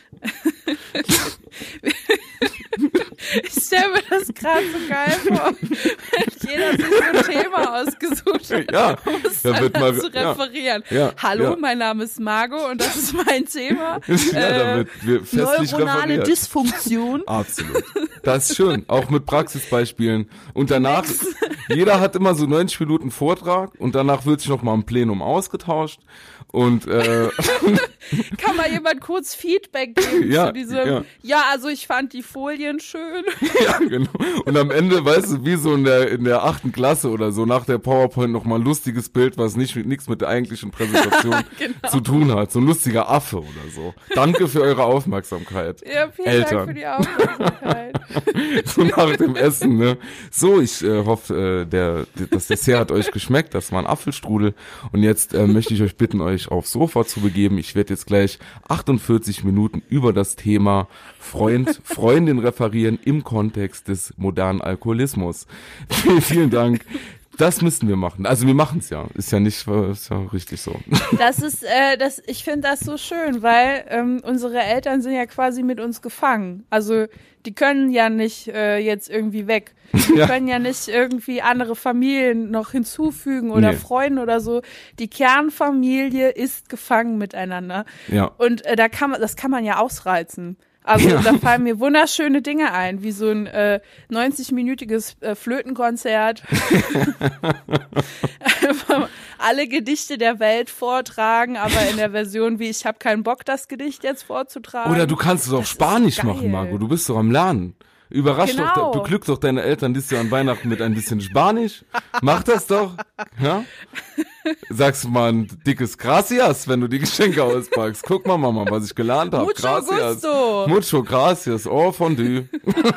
Ich stelle mir das gerade so geil vor, wenn jeder sich so ein Thema ausgesucht hat, ja, um es da dann wird mal, zu referieren. Ja, ja, Hallo, ja. mein Name ist Margot und das ist mein Thema. Ja, äh, da wird wir festlich neuronale referiert. Dysfunktion. Absolut. Das ist schön, auch mit Praxisbeispielen. Und danach, jeder hat immer so neunzig Minuten Vortrag und danach wird sich noch mal im Plenum ausgetauscht. Und äh, kann mal jemand kurz Feedback geben ja, zu diesem, ja. ja, also ich fand die Folien schön. Ja, genau. Und am Ende, weißt du, wie so in der in der achten Klasse oder so, nach der PowerPoint noch mal ein lustiges Bild, was nicht nichts mit der eigentlichen Präsentation genau. zu tun hat. So ein lustiger Affe oder so. Danke für eure Aufmerksamkeit. Ja, vielen Eltern. Dank für die Aufmerksamkeit. So nach dem Essen, ne? So, ich äh, hoffe, äh, der, das Dessert hat euch geschmeckt. Das war ein Apfelstrudel. Und jetzt äh, möchte ich euch bitten, euch aufs Sofa zu begeben. Ich werde jetzt gleich achtundvierzig Minuten über das Thema Freund, Freundin referieren im Kontext des modernen Alkoholismus. Vielen, vielen Dank. Das müssten wir machen. Also wir machen es ja. Ist ja nicht, ist ja richtig so. Das ist, äh, das, ich finde das so schön, weil ähm, unsere Eltern sind ja quasi mit uns gefangen. Also die können ja nicht äh, jetzt irgendwie weg. Die ja. können ja nicht irgendwie andere Familien noch hinzufügen oder nee. Freunde oder so. Die Kernfamilie ist gefangen miteinander. Ja. Und äh, da kann man, das kann man ja ausreizen. Also ja. da fallen mir wunderschöne Dinge ein, wie so ein äh, neunzig-minütiges äh, Flötenkonzert. Alle Gedichte der Welt vortragen, aber in der Version wie ich habe keinen Bock, das Gedicht jetzt vorzutragen. Oder du kannst es auf das Spanisch machen, Margot. Du bist doch am Lernen. Überrasch genau. doch, beglück doch deine Eltern dieses Jahr an Weihnachten mit ein bisschen Spanisch. Mach das doch. Ja? Sagst du mal ein dickes Gracias, wenn du die Geschenke auspackst. Guck mal, Mama, was ich gelernt habe. Mucho Gracias. gusto. Mucho gracias. Oh, Fondue.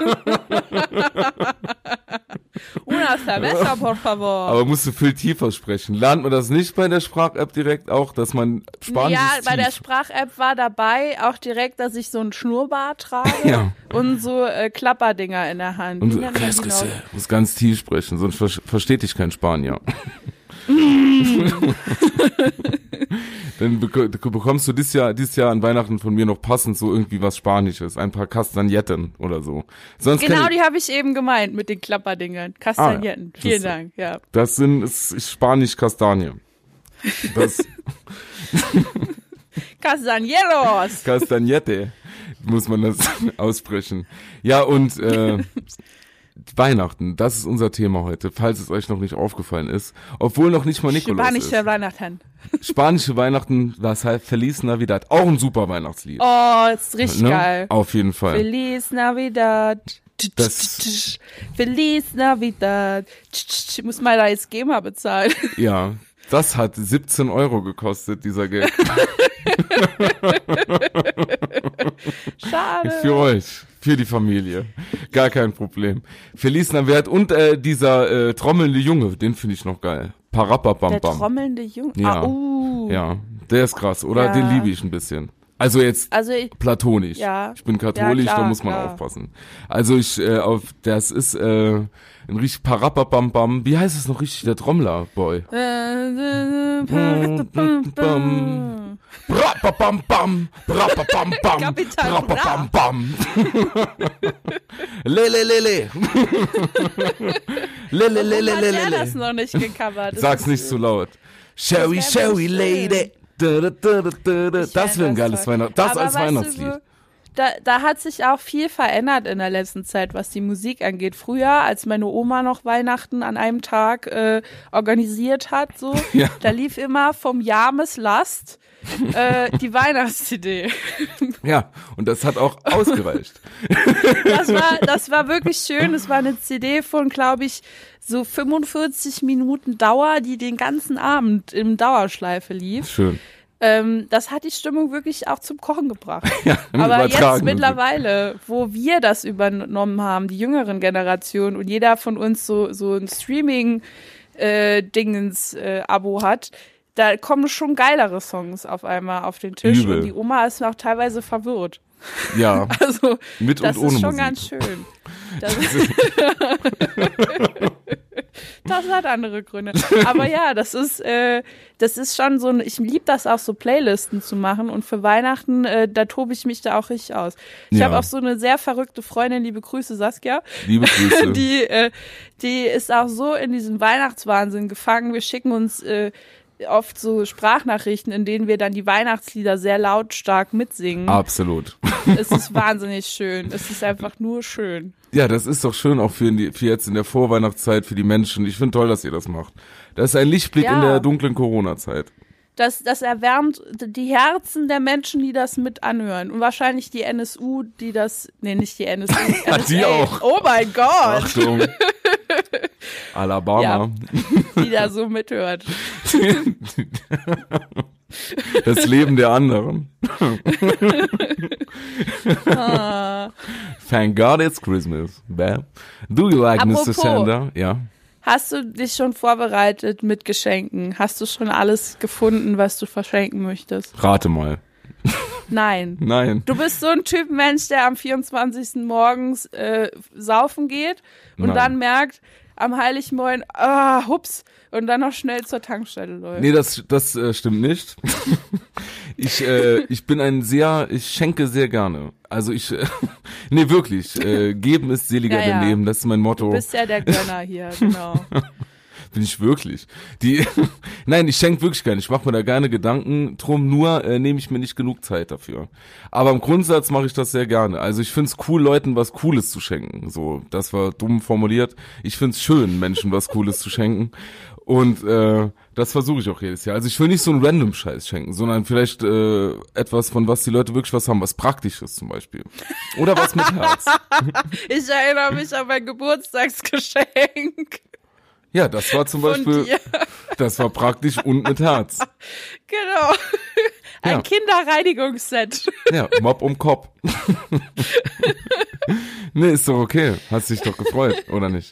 Una cerveza, por favor. Aber musst du viel tiefer sprechen. Lernt man das nicht bei der Sprach-App direkt auch, dass man Spanisch Ja, ist bei tief. der Sprach-App war dabei auch direkt, dass ich so einen Schnurrbart trage ja. und so äh, Klapperdinger in der Hand. Und so, muss ganz tief sprechen, sonst ver- versteht dich kein Spanier. Dann bek- bekommst du dieses Jahr, dieses Jahr an Weihnachten von mir noch passend so irgendwie was Spanisches, ein paar Kastagnetten oder so. Sonst genau, ich, die habe ich eben gemeint mit den Klapperdingern. Kastagnetten. Ah, ja. Vielen das, Dank, ja. Das sind ist, ist Spanisch Kastanie. Das Castañeros. Castagnette muss man das aussprechen. Ja, und äh, Weihnachten, das ist unser Thema heute, falls es euch noch nicht aufgefallen ist. Obwohl noch nicht mal Nikolaus Spanische ist. Weihnachten. Spanische Weihnachten, was heißt Feliz Navidad. Auch ein super Weihnachtslied. Oh, ist richtig ne? geil. Auf jeden Fall. Feliz Navidad. Das- Feliz Navidad. Ich muss mal da jetzt GEMA bezahlen. Ja, das hat siebzehn Euro gekostet, dieser Gag. Schade. Für euch, für die Familie. Gar kein Problem. Feliz Navidad und äh, dieser äh, trommelnde Junge, den finde ich noch geil. Parapapam Der bam. trommelnde Junge. Ja. Ah, uh. Ja, der ist krass, oder? Ja. Den liebe ich ein bisschen. Also jetzt Also ich, platonisch. Ja. Ich bin katholisch, Ja, klar, da muss man klar. aufpassen. Also ich, äh, auf, das ist äh, ein richtig Parapapam bam. Wie heißt es noch richtig, der Trommler-Boy? Brapapam bam, brapapam bam, Kapital brapapam bam. Lele lele. Lele lele Warum hat er lele. das noch nicht gecovert? Das Sag's ist- nicht zu laut. Sherry, Das wär Sherry schön. Lady. Da, da, da, da, da. Ich Das wäre ein fänd geiles toll. Weihnachten. Das Aber als weißt du, Weihnachtslied. wo- da, da hat sich auch viel verändert in der letzten Zeit, was die Musik angeht. Früher, als meine Oma noch Weihnachten an einem Tag äh, organisiert hat, so, ja. da lief immer vom James Last äh, die Weihnachts-C D. Ja, und das hat auch ausgereicht. Das war, das war wirklich schön. Es war eine C D von, glaube ich, so fünfundvierzig Minuten Dauer, die den ganzen Abend im Dauerschleife lief. Schön. Ähm, das hat die Stimmung wirklich auch zum Kochen gebracht. Ja, aber jetzt mittlerweile, wo wir das übernommen haben, die jüngeren Generationen und jeder von uns so, so ein Streaming-Dingens-Abo äh, hat, da kommen schon geilere Songs auf einmal auf den Tisch. Übel. Und die Oma ist auch teilweise verwirrt. Ja, also, mit und das ohne ist schon Musik. ganz schön. Das, das hat andere Gründe. Aber ja, das ist, äh, das ist schon so ein, ich liebe das auch so Playlisten zu machen und für Weihnachten, äh, da tobe ich mich da auch richtig aus. Ich Ja. habe auch so eine sehr verrückte Freundin, liebe Grüße Saskia. Liebe Grüße. Die, äh, die ist auch so in diesem Weihnachtswahnsinn gefangen. Wir schicken uns äh, oft so Sprachnachrichten, in denen wir dann die Weihnachtslieder sehr lautstark mitsingen. Absolut. Es ist wahnsinnig schön. Es ist einfach nur schön. Ja, das ist doch schön auch für, die, für jetzt in der Vorweihnachtszeit, für die Menschen. Ich finde toll, dass ihr das macht. Das ist ein Lichtblick Ja. in der dunklen Corona-Zeit. Das, das erwärmt die Herzen der Menschen, die das mit anhören. Und wahrscheinlich die N S U, die das, nee, nicht die N S U. Ja, die auch. Oh mein Gott. Achtung. Alabama. Ja, die da so mithört. Das Leben der anderen. Ah. Thank God it's Christmas. Bam. Do you like Apropos. Mister Sander? Ja. Hast du dich schon vorbereitet mit Geschenken? Hast du schon alles gefunden, was du verschenken möchtest? Rate mal. Nein. Nein. Du bist so ein Typ Mensch, der am vierundzwanzigsten morgens äh, saufen geht und Nein. dann merkt, am Heiligmorgen, ah, hups, und dann noch schnell zur Tankstelle läuft. Nee, das, das äh, stimmt nicht. Ich, äh, ich bin ein sehr, ich schenke sehr gerne. Also ich, äh, nee, wirklich, äh, geben ist seliger Ja, ja. denn nehmen, das ist mein Motto. Du bist ja der Gönner hier, genau. Bin ich wirklich. Die, nein, ich schenke wirklich gerne. Ich mache mir da gerne Gedanken drum, nur äh, nehme ich mir nicht genug Zeit dafür. Aber im Grundsatz mache ich das sehr gerne. Also ich find's cool, Leuten was Cooles zu schenken. So, das war dumm formuliert. Ich find's schön, Menschen was Cooles zu schenken. Und äh, das versuche ich auch jedes Jahr. Also ich will nicht so einen random Scheiß schenken, sondern vielleicht äh, etwas, von was die Leute wirklich was haben, was Praktisches zum Beispiel. Oder was mit Herz. Ich erinnere mich an mein Geburtstagsgeschenk. Ja, das war zum Von Beispiel, dir. das war praktisch und mit Herz. Genau. Ein Ja. Kinderreinigungsset. Ja, Mob um Kopf. Nee, ist doch okay. Hast dich doch gefreut, oder nicht?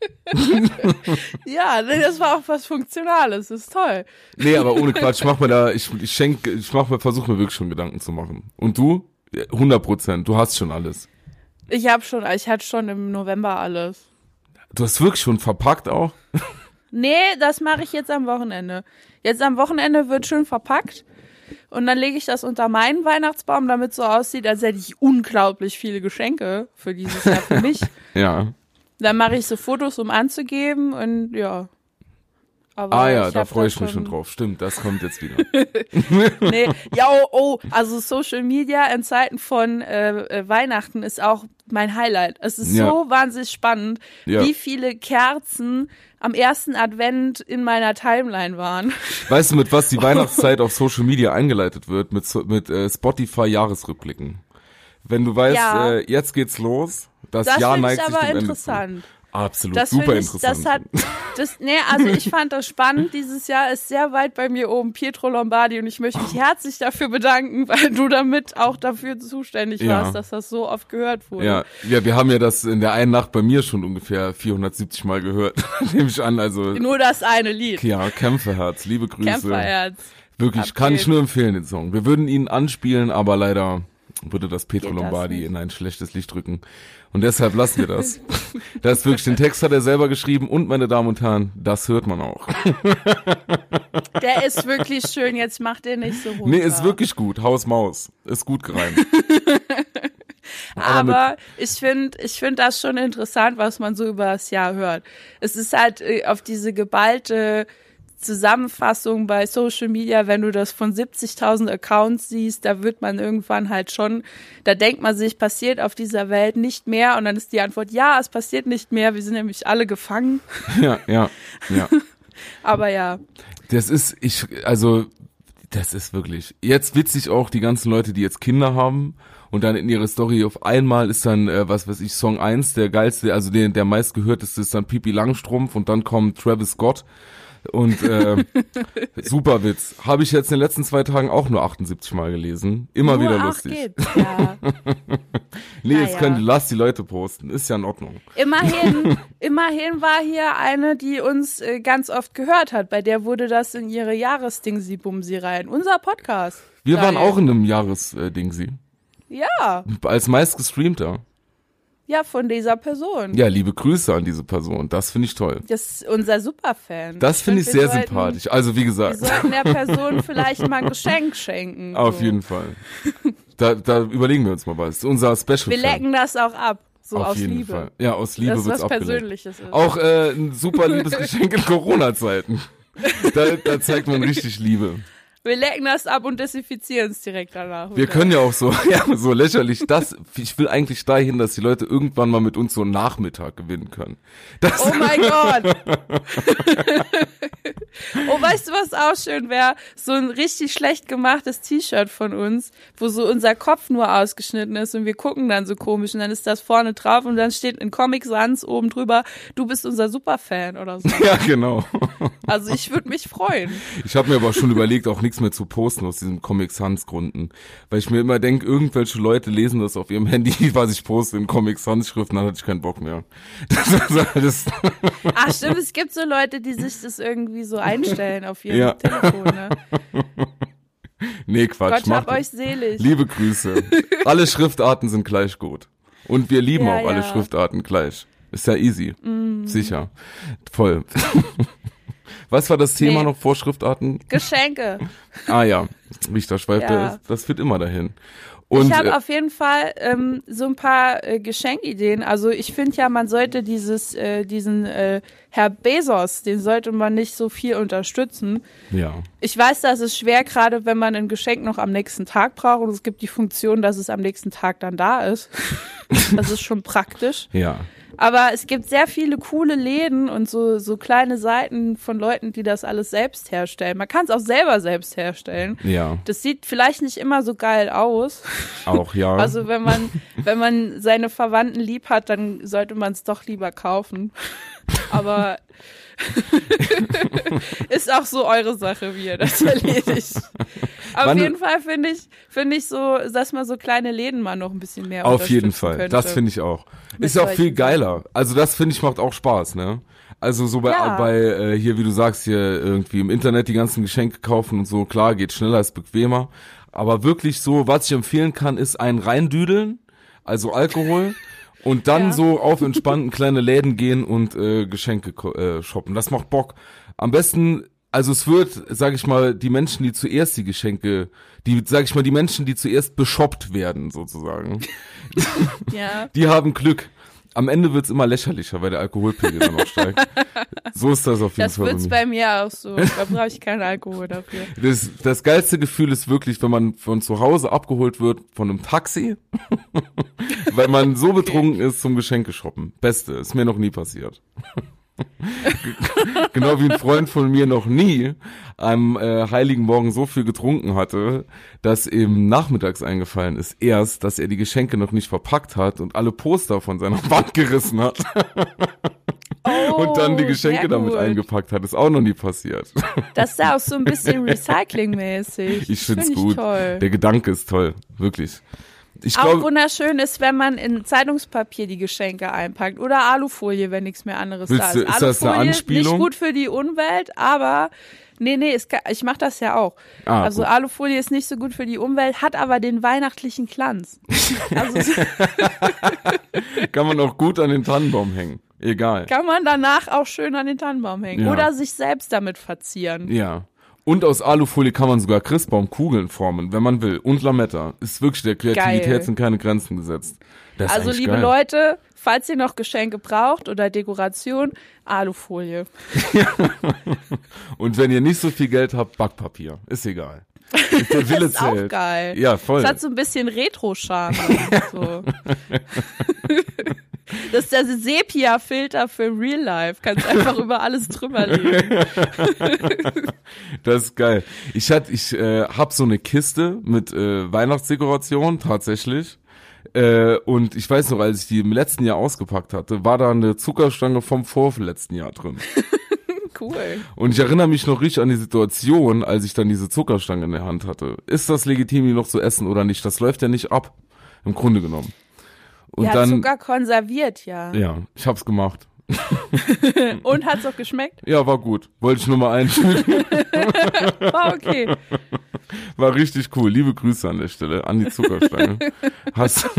Ja, nee, das war auch was Funktionales. Das ist toll. Nee, aber ohne Quatsch, ich mach mir da, ich, ich schenke, ich mach mir, versuch mir wirklich schon Gedanken zu machen. Und du? hundert Prozent, du hast schon alles. Ich habe schon, ich hatte schon im November alles. Du hast wirklich schon verpackt auch? Nee, das mache ich jetzt am Wochenende. Jetzt am Wochenende wird schön verpackt und dann lege ich das unter meinen Weihnachtsbaum, damit es so aussieht, als hätte ich unglaublich viele Geschenke für dieses Jahr für mich. Ja. Dann mache ich so Fotos, um anzugeben und ja. Aber Ah ja, ich da hab freue da ich mich schon drauf. Stimmt, das kommt jetzt wieder. Nee, ja, oh, oh, also Social Media in Zeiten von äh, äh, Weihnachten ist auch mein Highlight. Es ist Ja. so wahnsinnig spannend, Ja. wie viele Kerzen am ersten Advent in meiner Timeline waren. Weißt du, mit was die Weihnachtszeit auf Social Media eingeleitet wird? Mit, so- mit äh, Spotify-Jahresrückblicken. Wenn du weißt, Ja. äh, jetzt geht's los, das, Das Jahr finde ich neigt sich aber dem Ende interessant. zu. Absolut, Das super finde ich, interessant. das hat, das, nee, also ich fand das spannend. Dieses Jahr ist sehr weit bei mir oben Pietro Lombardi und ich möchte mich herzlich dafür bedanken, weil du damit auch dafür zuständig Ja. warst, dass das so oft gehört wurde. Ja, ja, wir haben ja das in der einen Nacht bei mir schon ungefähr vierhundertsiebzig Mal gehört, nehme ich an, also, Nur das eine Lied. ja, Kämpferherz, liebe Grüße. Kämpferherz. Wirklich, Ab kann ich geht's. nur empfehlen, den Song. Wir würden ihn anspielen, aber leider würde das Pietro Geht das Lombardi nicht? in ein schlechtes Licht rücken. Und deshalb lassen wir das. Das ist wirklich, den Text hat er selber geschrieben und, meine Damen und Herren, das hört man auch. Der ist wirklich schön, jetzt macht er nicht so runter. Nee, ist wirklich gut. Haus Maus. Ist gut gereimt. Aber ich finde ich finde das schon interessant, was man so über das Jahr hört. Es ist halt äh, auf diese geballte Zusammenfassung bei Social Media, wenn du das von siebzigtausend Accounts siehst, da wird man irgendwann halt schon, da denkt man sich, passiert auf dieser Welt nicht mehr und dann ist die Antwort, ja, es passiert nicht mehr, wir sind nämlich alle gefangen. Ja, ja, ja. Aber ja. Das ist, ich, also, das ist wirklich, jetzt witzig auch die ganzen Leute, die jetzt Kinder haben und dann in ihrer Story auf einmal ist dann, äh, was weiß ich, Song eins, der geilste, also der, der meistgehörteste ist dann Pippi Langstrumpf und dann kommt Travis Scott. Und äh, super Witz. Habe ich jetzt in den letzten zwei Tagen auch nur achtundsiebzig Mal gelesen. Immer nur wieder ach, lustig. Geht's, ja. Nee, naja. jetzt könnt, lass die Leute posten. Ist ja in Ordnung. Immerhin, immerhin war hier eine, die uns äh, ganz oft gehört hat. Bei der wurde das in ihre Jahresdingsi-Bumsi rein. Unser Podcast. Wir Geil. waren auch in einem Jahresdingsi. Ja. Als meistgestreamter. Ja, von dieser Person. Ja, liebe Grüße an diese Person. Das finde ich toll. Das ist unser Superfan. Das finde ich wir sehr sollten, sympathisch. Also wie Wir gesagt, sollten der Person vielleicht mal ein Geschenk schenken. auf so. jeden Fall. Da, da überlegen wir uns mal was. Unser Special Wir Fan. lecken das auch ab. So auf aus jeden Liebe. Fall. Ja, aus Liebe Das ist wird's was abgeleckt. Persönliches ist. Auch äh, ein super liebes Geschenk in Corona-Zeiten. Da, da zeigt man richtig Liebe. Wir lecken das ab und desinfizieren es direkt danach. Wir können ja auch so, ja, so lächerlich das, ich will eigentlich dahin, dass die Leute irgendwann mal mit uns so einen Nachmittag gewinnen können. Das Oh mein Gott. Oh, weißt du, was auch schön wäre? So ein richtig schlecht gemachtes T-Shirt von uns, wo so unser Kopf nur ausgeschnitten ist und wir gucken dann so komisch und dann ist das vorne drauf und dann steht in Comic Sans oben drüber, du bist unser Superfan oder so. Ja, genau. Also ich würde mich freuen. Ich habe mir aber schon überlegt, auch nichts mehr zu posten aus diesen Comic Sans Gründen, weil ich mir immer denke, irgendwelche Leute lesen das auf ihrem Handy, was ich poste in Comic Sans Schriften, dann hatte ich keinen Bock mehr. Das, das, Ach stimmt, es gibt so Leute, die sich das irgendwie so einstellen auf ihrem Ja. Telefon, ne? nee, Quatsch. Gott mach hab das. euch selig. Liebe Grüße. Alle Schriftarten sind gleich gut. Und wir lieben Ja, auch alle ja. Schriftarten gleich. Ist ja easy. Mm. Sicher. Voll. Was war das Thema Nee. noch vor Schriftarten? Geschenke. Ah ja, Richter schweift, Ja. das, das führt immer dahin. Und ich habe äh, auf jeden Fall ähm, so ein paar äh, Geschenkideen. Also ich finde ja, man sollte dieses, äh, diesen äh, Herr Bezos, den sollte man nicht so viel unterstützen. ja, Ich weiß, das ist schwer, gerade wenn man ein Geschenk noch am nächsten Tag braucht und es gibt die Funktion, dass es am nächsten Tag dann da ist. Das ist schon praktisch. ja. Aber es gibt sehr viele coole Läden und so, so kleine Seiten von Leuten, die das alles selbst herstellen. Man kann es auch selber selbst herstellen. Ja, Das sieht vielleicht nicht immer so geil aus. auch ja. Also wenn man, wenn man seine Verwandten lieb hat, dann sollte man es doch lieber kaufen. Aber ist auch so eure Sache, wie ihr das erledigt. Auf Wann- jeden Fall finde ich, finde ich so, dass man so kleine Läden mal noch ein bisschen mehr Auf jeden unterstützen Fall, könnte. das finde ich auch. Mit Ist auch viel solchen geiler. Also das finde ich macht auch Spaß, ne? Also so bei, Ja. bei äh, hier, wie du sagst, hier irgendwie im Internet die ganzen Geschenke kaufen und so, klar, geht schneller, ist bequemer. Aber wirklich so, was ich empfehlen kann, ist ein reindüdeln, also Alkohol. Und dann Ja. so auf entspannten kleine Läden gehen und äh, Geschenke ko- äh, shoppen. Das macht Bock. Am besten, also es wird, sag ich mal, die Menschen, die zuerst die Geschenke, die, sag ich mal, die Menschen, die zuerst beshoppt werden, sozusagen, Ja. die haben Glück. Am Ende wird's immer lächerlicher, weil der Alkoholpegel dann auch steigt. So ist das auf jeden Das Fall. wird's bei mir. bei mir auch so. Da brauche ich keinen Alkohol dafür. Das, das geilste Gefühl ist wirklich, wenn man von zu Hause abgeholt wird von einem Taxi, weil man so betrunken ist zum Geschenke shoppen. Beste, ist mir noch nie passiert. Genau wie ein Freund von mir noch nie am äh, Heiligen Morgen so viel getrunken hatte, dass ihm nachmittags eingefallen ist erst, dass er die Geschenke noch nicht verpackt hat und alle Poster von seiner Wand gerissen hat Oh, und dann die Geschenke sehr damit gut. eingepackt hat. Ist auch noch nie passiert. Das ist ja auch so ein bisschen Recycling-mäßig. Ich find's Find gut. Toll. Der Gedanke ist toll, wirklich. Ich Auch glaube, wunderschön ist, wenn man in Zeitungspapier die Geschenke einpackt oder Alufolie, wenn nichts mehr anderes Willst da du- ist. ist das eine Alufolie Anspielung? nicht gut für die Umwelt, aber nee, nee, ist, ge- ich mache das ja auch. Ah, also gut. Alufolie ist nicht so gut für die Umwelt, hat aber den weihnachtlichen Glanz. Also kann man auch gut an den Tannenbaum hängen. Egal. kann man danach auch schön an den Tannenbaum hängen Ja. oder sich selbst damit verzieren. Ja. Und aus Alufolie kann man sogar Christbaumkugeln formen, wenn man will. Und Lametta. Ist wirklich, der Kreativität geil. Sind keine Grenzen gesetzt. Das also liebe geil. Leute, falls ihr noch Geschenke braucht oder Dekoration, Alufolie. Und wenn ihr nicht so viel Geld habt, Backpapier. Ist egal. Ist der Wille das ist auch geil. Ja, voll. Das hat so ein bisschen Retro-Charme. So. Das ist der Sepia-Filter für Real Life. Kannst einfach über alles drüber legen. Das ist geil. Ich hatte, ich äh, hab so eine Kiste mit äh, Weihnachtsdekoration tatsächlich. Äh, und ich weiß noch, als ich die im letzten Jahr ausgepackt hatte, war da eine Zuckerstange vom vorletzten Jahr drin. Cool. Und ich erinnere mich noch richtig an die Situation, als ich dann diese Zuckerstange in der Hand hatte. Ist das legitim, die noch zu essen oder nicht? Das läuft ja nicht ab, im Grunde genommen. Und ja, dann, Zucker konserviert, ja. Ja, ich hab's gemacht. Und hat's auch geschmeckt? Ja, war gut. Wollte ich nur mal einfügen. War okay. War richtig cool. Liebe Grüße an der Stelle, an die Zuckerstange. Hast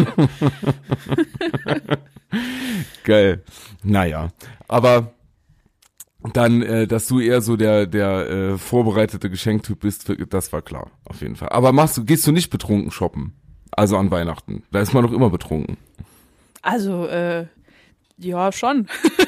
Geil. Naja, aber dann, äh, dass du eher so der der äh, vorbereitete Geschenktyp bist, das war klar, auf jeden Fall. Aber machst du, gehst du nicht betrunken shoppen? Also an Weihnachten. Da ist man doch immer betrunken. Also, äh, ja, schon.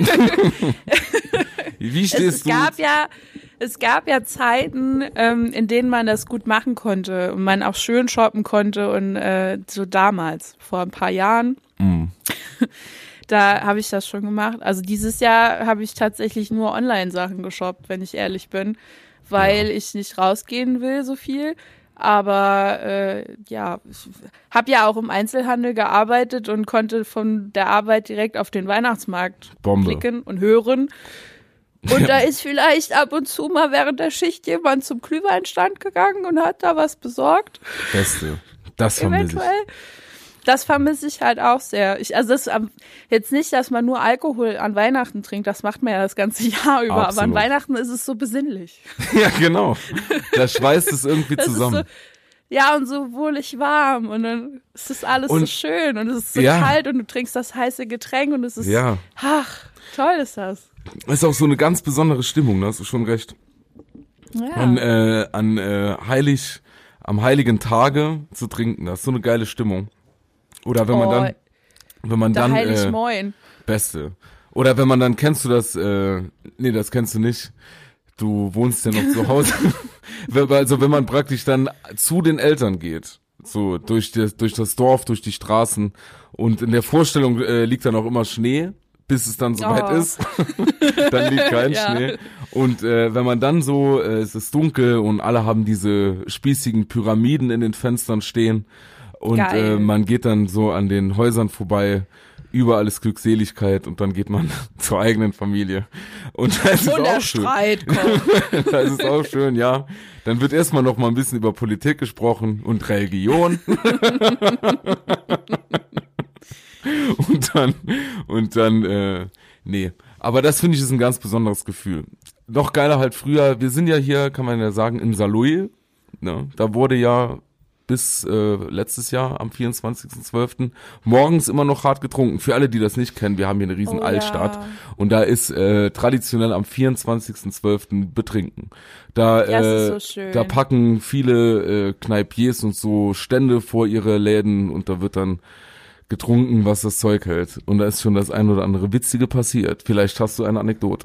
Wie stehst es, es du? Gab ja, es gab ja Zeiten, ähm, in denen man das gut machen konnte und man auch schön shoppen konnte und äh, so damals, vor ein paar Jahren. Mm. Da habe ich das schon gemacht. Also dieses Jahr habe ich tatsächlich nur Online-Sachen geshoppt, wenn ich ehrlich bin, weil ja. ich nicht rausgehen will so viel. Aber äh, ja, ich habe ja auch im Einzelhandel gearbeitet und konnte von der Arbeit direkt auf den Weihnachtsmarkt Bombe. blicken und hören. Und da ist vielleicht ab und zu mal während der Schicht jemand zum Glühweinstand gegangen und hat da was besorgt. Beste. Das vermisse ich. Das vermisse ich halt auch sehr. Ich, also das jetzt nicht, dass man nur Alkohol an Weihnachten trinkt, das macht man ja das ganze Jahr über, Absolut. aber an Weihnachten ist es so besinnlich. Ja, genau. Da schweißt es irgendwie das zusammen. Ist so, ja, und so wohlig warm und dann ist es alles und, so schön und es ist so ja. kalt und du trinkst das heiße Getränk und es ist, ja. ach, toll ist das. Ist auch so eine ganz besondere Stimmung, da hast du schon recht. Ja. An, äh, an äh, heilig, am heiligen Tage zu trinken, das ist so eine geile Stimmung. Oder wenn man oh, dann, wenn man dann, heilig äh, moin. Beste. Oder wenn man dann, kennst du das, äh, nee, das kennst du nicht. Du wohnst ja noch zu Hause. Also wenn man praktisch dann zu den Eltern geht, so durch das, durch das Dorf, durch die Straßen und in der Vorstellung äh, liegt dann auch immer Schnee, bis es dann soweit oh. ist. Dann liegt kein ja. Schnee. Und äh, wenn man dann so, äh, es ist dunkel und alle haben diese spießigen Pyramiden in den Fenstern stehen. Und äh, man geht dann so an den Häusern vorbei, überall ist Glückseligkeit und dann geht man zur eigenen Familie. Und da ist es auch schön. Streit kommt. Da ist es auch schön, ja. Dann wird erstmal noch mal ein bisschen über Politik gesprochen und Religion. und dann, und dann, äh, nee. Aber das finde ich ist ein ganz besonderes Gefühl. Noch geiler halt früher, wir sind ja hier, kann man ja sagen, in Saarlouis. Ne? Da wurde ja bis äh, letztes Jahr am vierundzwanzigsten zwölften morgens immer noch hart getrunken. Für alle, die das nicht kennen, wir haben hier eine riesen oh, Altstadt ja. und da ist äh, traditionell am vierundzwanzigsten zwölften betrinken. Da, das äh, ist so schön. Da packen viele äh, Kneipiers und so Stände vor ihre Läden und da wird dann getrunken, was das Zeug hält. Und da ist schon das ein oder andere Witzige passiert. Vielleicht hast du eine Anekdote.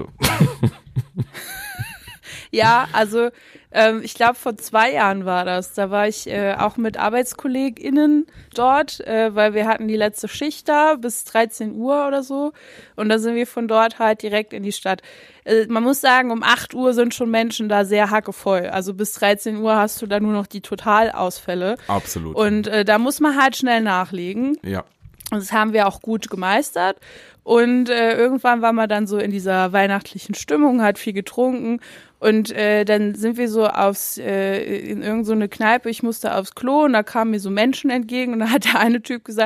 Ja, also ähm, ich glaube vor zwei Jahren war das. Da war ich äh, auch mit ArbeitskollegInnen dort, äh, weil wir hatten die letzte Schicht da bis dreizehn Uhr oder so. Und da sind wir von dort halt direkt in die Stadt. Äh, man muss sagen, um acht Uhr sind schon Menschen da sehr hackevoll. Also bis dreizehn Uhr hast du da nur noch die Totalausfälle. Absolut. Und äh, da muss man halt schnell nachlegen. Ja. Und das haben wir auch gut gemeistert. Und äh, irgendwann war man dann so in dieser weihnachtlichen Stimmung, hat viel getrunken. Und äh, dann sind wir so aufs äh, in irgend so eine Kneipe, ich musste aufs Klo und da kamen mir so Menschen entgegen und da hat der eine Typ gesagt,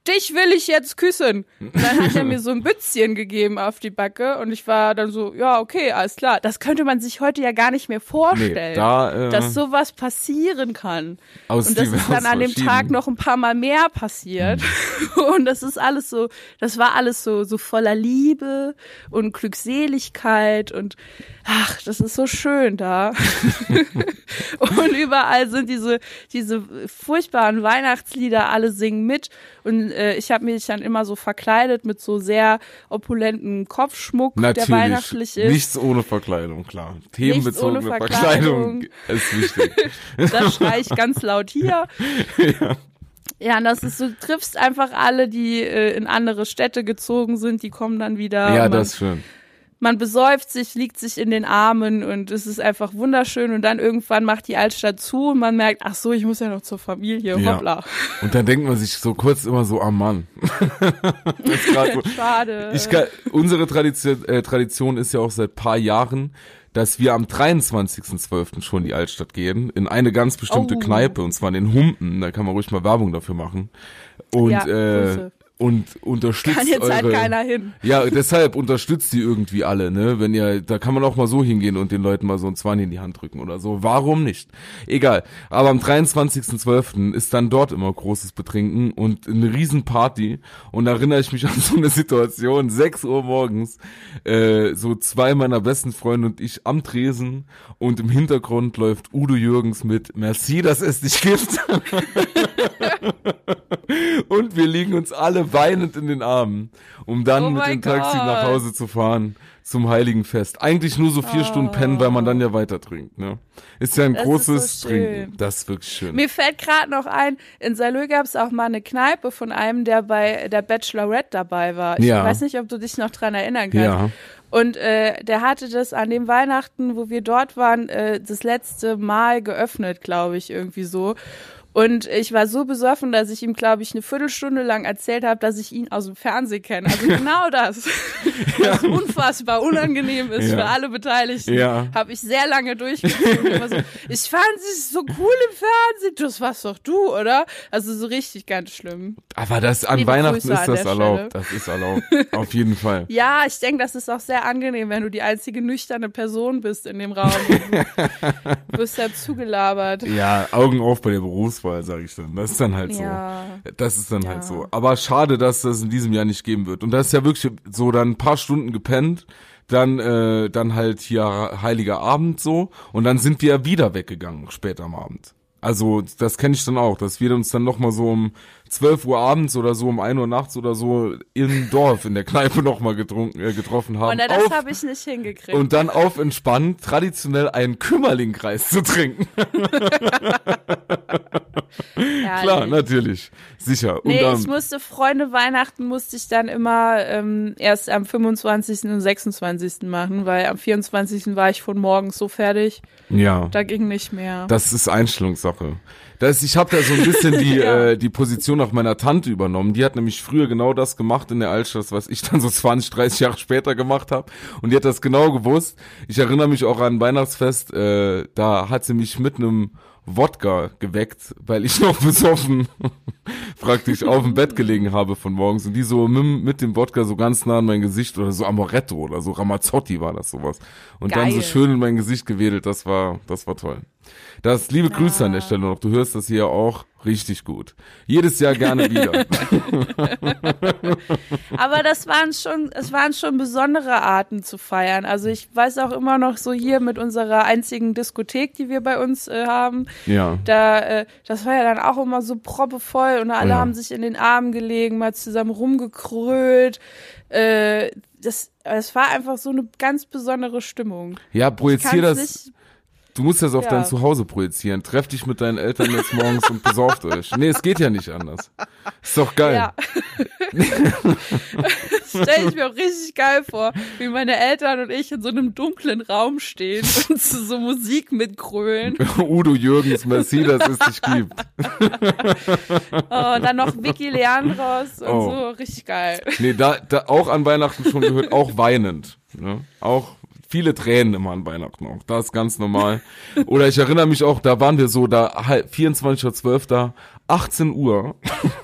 dich will ich jetzt küssen. Und dann hat er mir so ein Bützchen gegeben auf die Backe und ich war dann so, ja, okay, alles klar. Das könnte man sich heute ja gar nicht mehr vorstellen, nee, da, äh, dass sowas passieren kann. Aus und das ist dann an dem Tag noch ein paar Mal mehr passiert. Mhm. Und das ist alles so, das war alles so, so voller Liebe und Glückseligkeit und ach, das ist so schön da. Und überall sind diese, diese furchtbaren Weihnachtslieder, alle singen mit und äh, ich habe mich dann immer so verkleidet mit so sehr opulenten Kopfschmuck, Natürlich, der weihnachtlich ist. Nichts ohne Verkleidung, klar. Themenbezogene Verkleidung. Verkleidung ist wichtig. Das schreie ich ganz laut hier. Ja. Ja, und das ist, du triffst einfach alle, die äh, in andere Städte gezogen sind, die kommen dann wieder. Ja, man, das ist schön. Man besäuft sich, liegt sich in den Armen und es ist einfach wunderschön und dann irgendwann macht die Altstadt zu und man merkt, ach so, ich muss ja noch zur Familie, ja. hoppla. Und dann denkt man sich so kurz immer so, am Mann. Das ist grad so. Schade. Ich kann, unsere Tradition, äh, Tradition ist ja auch seit paar Jahren, dass wir am dreiundzwanzigsten zwölften schon in die Altstadt gehen, in eine ganz bestimmte Oh. Kneipe, und zwar in den Humpen, da kann man ruhig mal Werbung dafür machen. Und, Ja, äh, Grüße. und unterstützt Kann jetzt eure, halt keiner hin. Ja, deshalb unterstützt die irgendwie alle, ne? Wenn ihr, da kann man auch mal so hingehen und den Leuten mal so ein Zwanni in die Hand drücken oder so. Warum nicht? Egal. Aber am dreiundzwanzigsten zwölften ist dann dort immer großes Betrinken und eine Riesenparty. Und da erinnere ich mich an so eine Situation, sechs Uhr morgens, äh, so zwei meiner besten Freunde und ich am Tresen und im Hintergrund läuft Udo Jürgens mit Merci, dass es dich gibt. Und wir liegen uns alle weinend in den Armen, um dann Oh mit mein dem Taxi Gott. nach Hause zu fahren zum Heiligen Fest. Eigentlich nur so vier Oh. Stunden pennen, weil man dann ja weiter trinkt, ne? Ist ja ein Das großes ist so schön. Trinken. Das ist wirklich schön. Mir fällt gerade noch ein, in Saarlouis gab es auch mal eine Kneipe von einem, der bei der Bachelorette dabei war. Ich Ja. weiß nicht, ob du dich noch dran erinnern kannst. Ja. Und äh, der hatte das an dem Weihnachten, wo wir dort waren, äh, das letzte Mal geöffnet, glaube ich, irgendwie so. Und ich war so besoffen, dass ich ihm, glaube ich, eine Viertelstunde lang erzählt habe, dass ich ihn aus dem Fernsehen kenne. Also genau das, was unfassbar unangenehm ist Ja. für alle Beteiligten, Ja. habe ich sehr lange durchgezogen. Immer so, ich fand sie so cool im Fernsehen. Das warst doch du, oder? Also so richtig ganz schlimm. Aber das an Liebe Weihnachten Grüße ist an das der erlaubt. Stelle. Das ist erlaubt. Auf jeden Fall. Ja, ich denke, das ist auch sehr angenehm, wenn du die einzige nüchterne Person bist in dem Raum. Du wirst ja zugelabert. Ja, Augen auf bei der Berufswahl, sage ich dann. Das ist dann halt Ja. so. Das ist dann Ja. halt so. Aber schade, dass das in diesem Jahr nicht geben wird. Und das ist ja wirklich so dann ein paar Stunden gepennt, dann äh, dann halt hier Heiliger Abend so und dann sind wir wieder weggegangen später am Abend. Also das kenne ich dann auch, dass wir uns dann nochmal so um zwölf Uhr abends oder so um ein Uhr nachts oder so im Dorf in der Kneipe nochmal getrunken, äh, getroffen haben. Und das auf, habe ich nicht hingekriegt. und dann auf entspannt traditionell einen Kümmerlingkreis zu trinken. Herrlich. Klar, natürlich. Sicher. Nee, und, ich ähm, musste Freunde Weihnachten musste ich dann immer ähm, erst am fünfundzwanzigsten und sechsundzwanzigsten machen, weil am vierundzwanzigsten war ich von morgens so fertig, ja, da ging nicht mehr. das ist Einstellungssache. Das, ich habe da so ein bisschen die Ja. äh, die Position auch meiner Tante übernommen. Die hat nämlich früher genau das gemacht in der Altstadt, was ich dann so zwanzig, dreißig Jahre später gemacht habe. Und die hat das genau gewusst. Ich erinnere mich auch an ein Weihnachtsfest, äh, da hat sie mich mit einem Wodka geweckt, weil ich noch besoffen praktisch auf dem Bett gelegen habe von morgens und die so mit, mit dem Wodka so ganz nah an mein Gesicht oder so Amoretto oder so Ramazzotti war das sowas und dann so Geil. schön in mein Gesicht gewedelt, das war das war toll. Das liebe Grüße an der Stelle noch, du hörst das hier auch richtig gut. Jedes Jahr gerne wieder. Aber das waren schon, es waren schon besondere Arten zu feiern. Also ich weiß auch immer noch so hier mit unserer einzigen Diskothek, die wir bei uns äh, haben. Ja. Da, äh, das war ja dann auch immer so proppevoll und alle Ja. haben sich in den Armen gelegen, mal zusammen rumgekrölt. Äh, das, es war einfach so eine ganz besondere Stimmung. Ja, Ich projizier kann's das. nicht- Du musst das auf Ja. dein Zuhause projizieren. Treff dich mit deinen Eltern jetzt morgens und besauft euch. Nee, es geht ja nicht anders. Ist doch geil. Ja. Das stelle ich mir auch richtig geil vor, wie meine Eltern und ich in so einem dunklen Raum stehen und zu so Musik mitgrölen. Udo Jürgens, merci, dass es dich gibt. Oh, und dann noch Vicky Leandros und Oh. so, richtig geil. Nee, da, da auch an Weihnachten schon gehört, auch weinend. Ne? Auch viele Tränen immer an Weihnachten auch. Das ist ganz normal. Oder ich erinnere mich auch, da waren wir so, da vierundzwanzig Uhr zwölf da, achtzehn Uhr,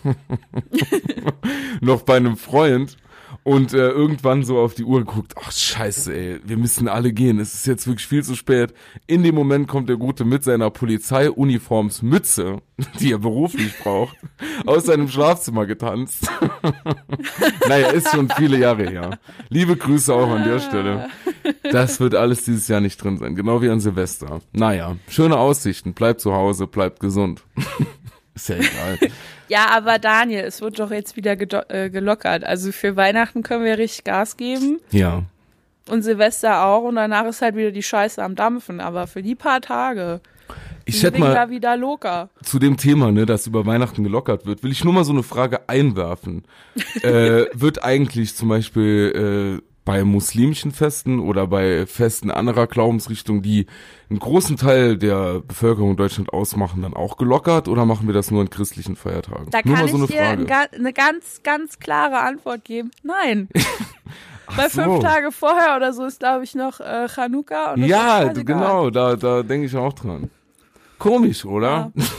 noch bei einem Freund. Und äh, irgendwann so auf die Uhr geguckt, ach scheiße ey, wir müssen alle gehen, es ist jetzt wirklich viel zu spät. In dem Moment kommt der Gute mit seiner Polizeiuniformsmütze, die er beruflich braucht, aus seinem Schlafzimmer getanzt. Naja, ist schon viele Jahre her. Liebe Grüße auch an der Stelle. Das wird alles dieses Jahr nicht drin sein, genau wie an Silvester. Naja, schöne Aussichten, bleibt zu Hause, bleibt gesund. Ist ja egal. Ja, aber Daniel, es wird doch jetzt wieder gedo- äh, gelockert. Also für Weihnachten können wir richtig Gas geben. Ja. Und Silvester auch. Und danach ist halt wieder die Scheiße am Dampfen. Aber für die paar Tage ich hätte mal da wieder locker. Zu dem Thema, ne, dass über Weihnachten gelockert wird, will ich nur mal so eine Frage einwerfen. äh, wird eigentlich zum Beispiel äh, bei muslimischen Festen oder bei Festen anderer Glaubensrichtungen, die einen großen Teil der Bevölkerung in Deutschland ausmachen, dann auch gelockert oder machen wir das nur an christlichen Feiertagen? Da nur kann mal so ich eine dir Frage. ein ga- eine ganz, ganz klare Antwort geben. Nein. Bei so. fünf Tage vorher oder so ist, glaube ich, noch äh, Chanukka. Und das Ja, ist scheißegal. genau, da, da denke ich auch dran. Komisch, oder? Ja.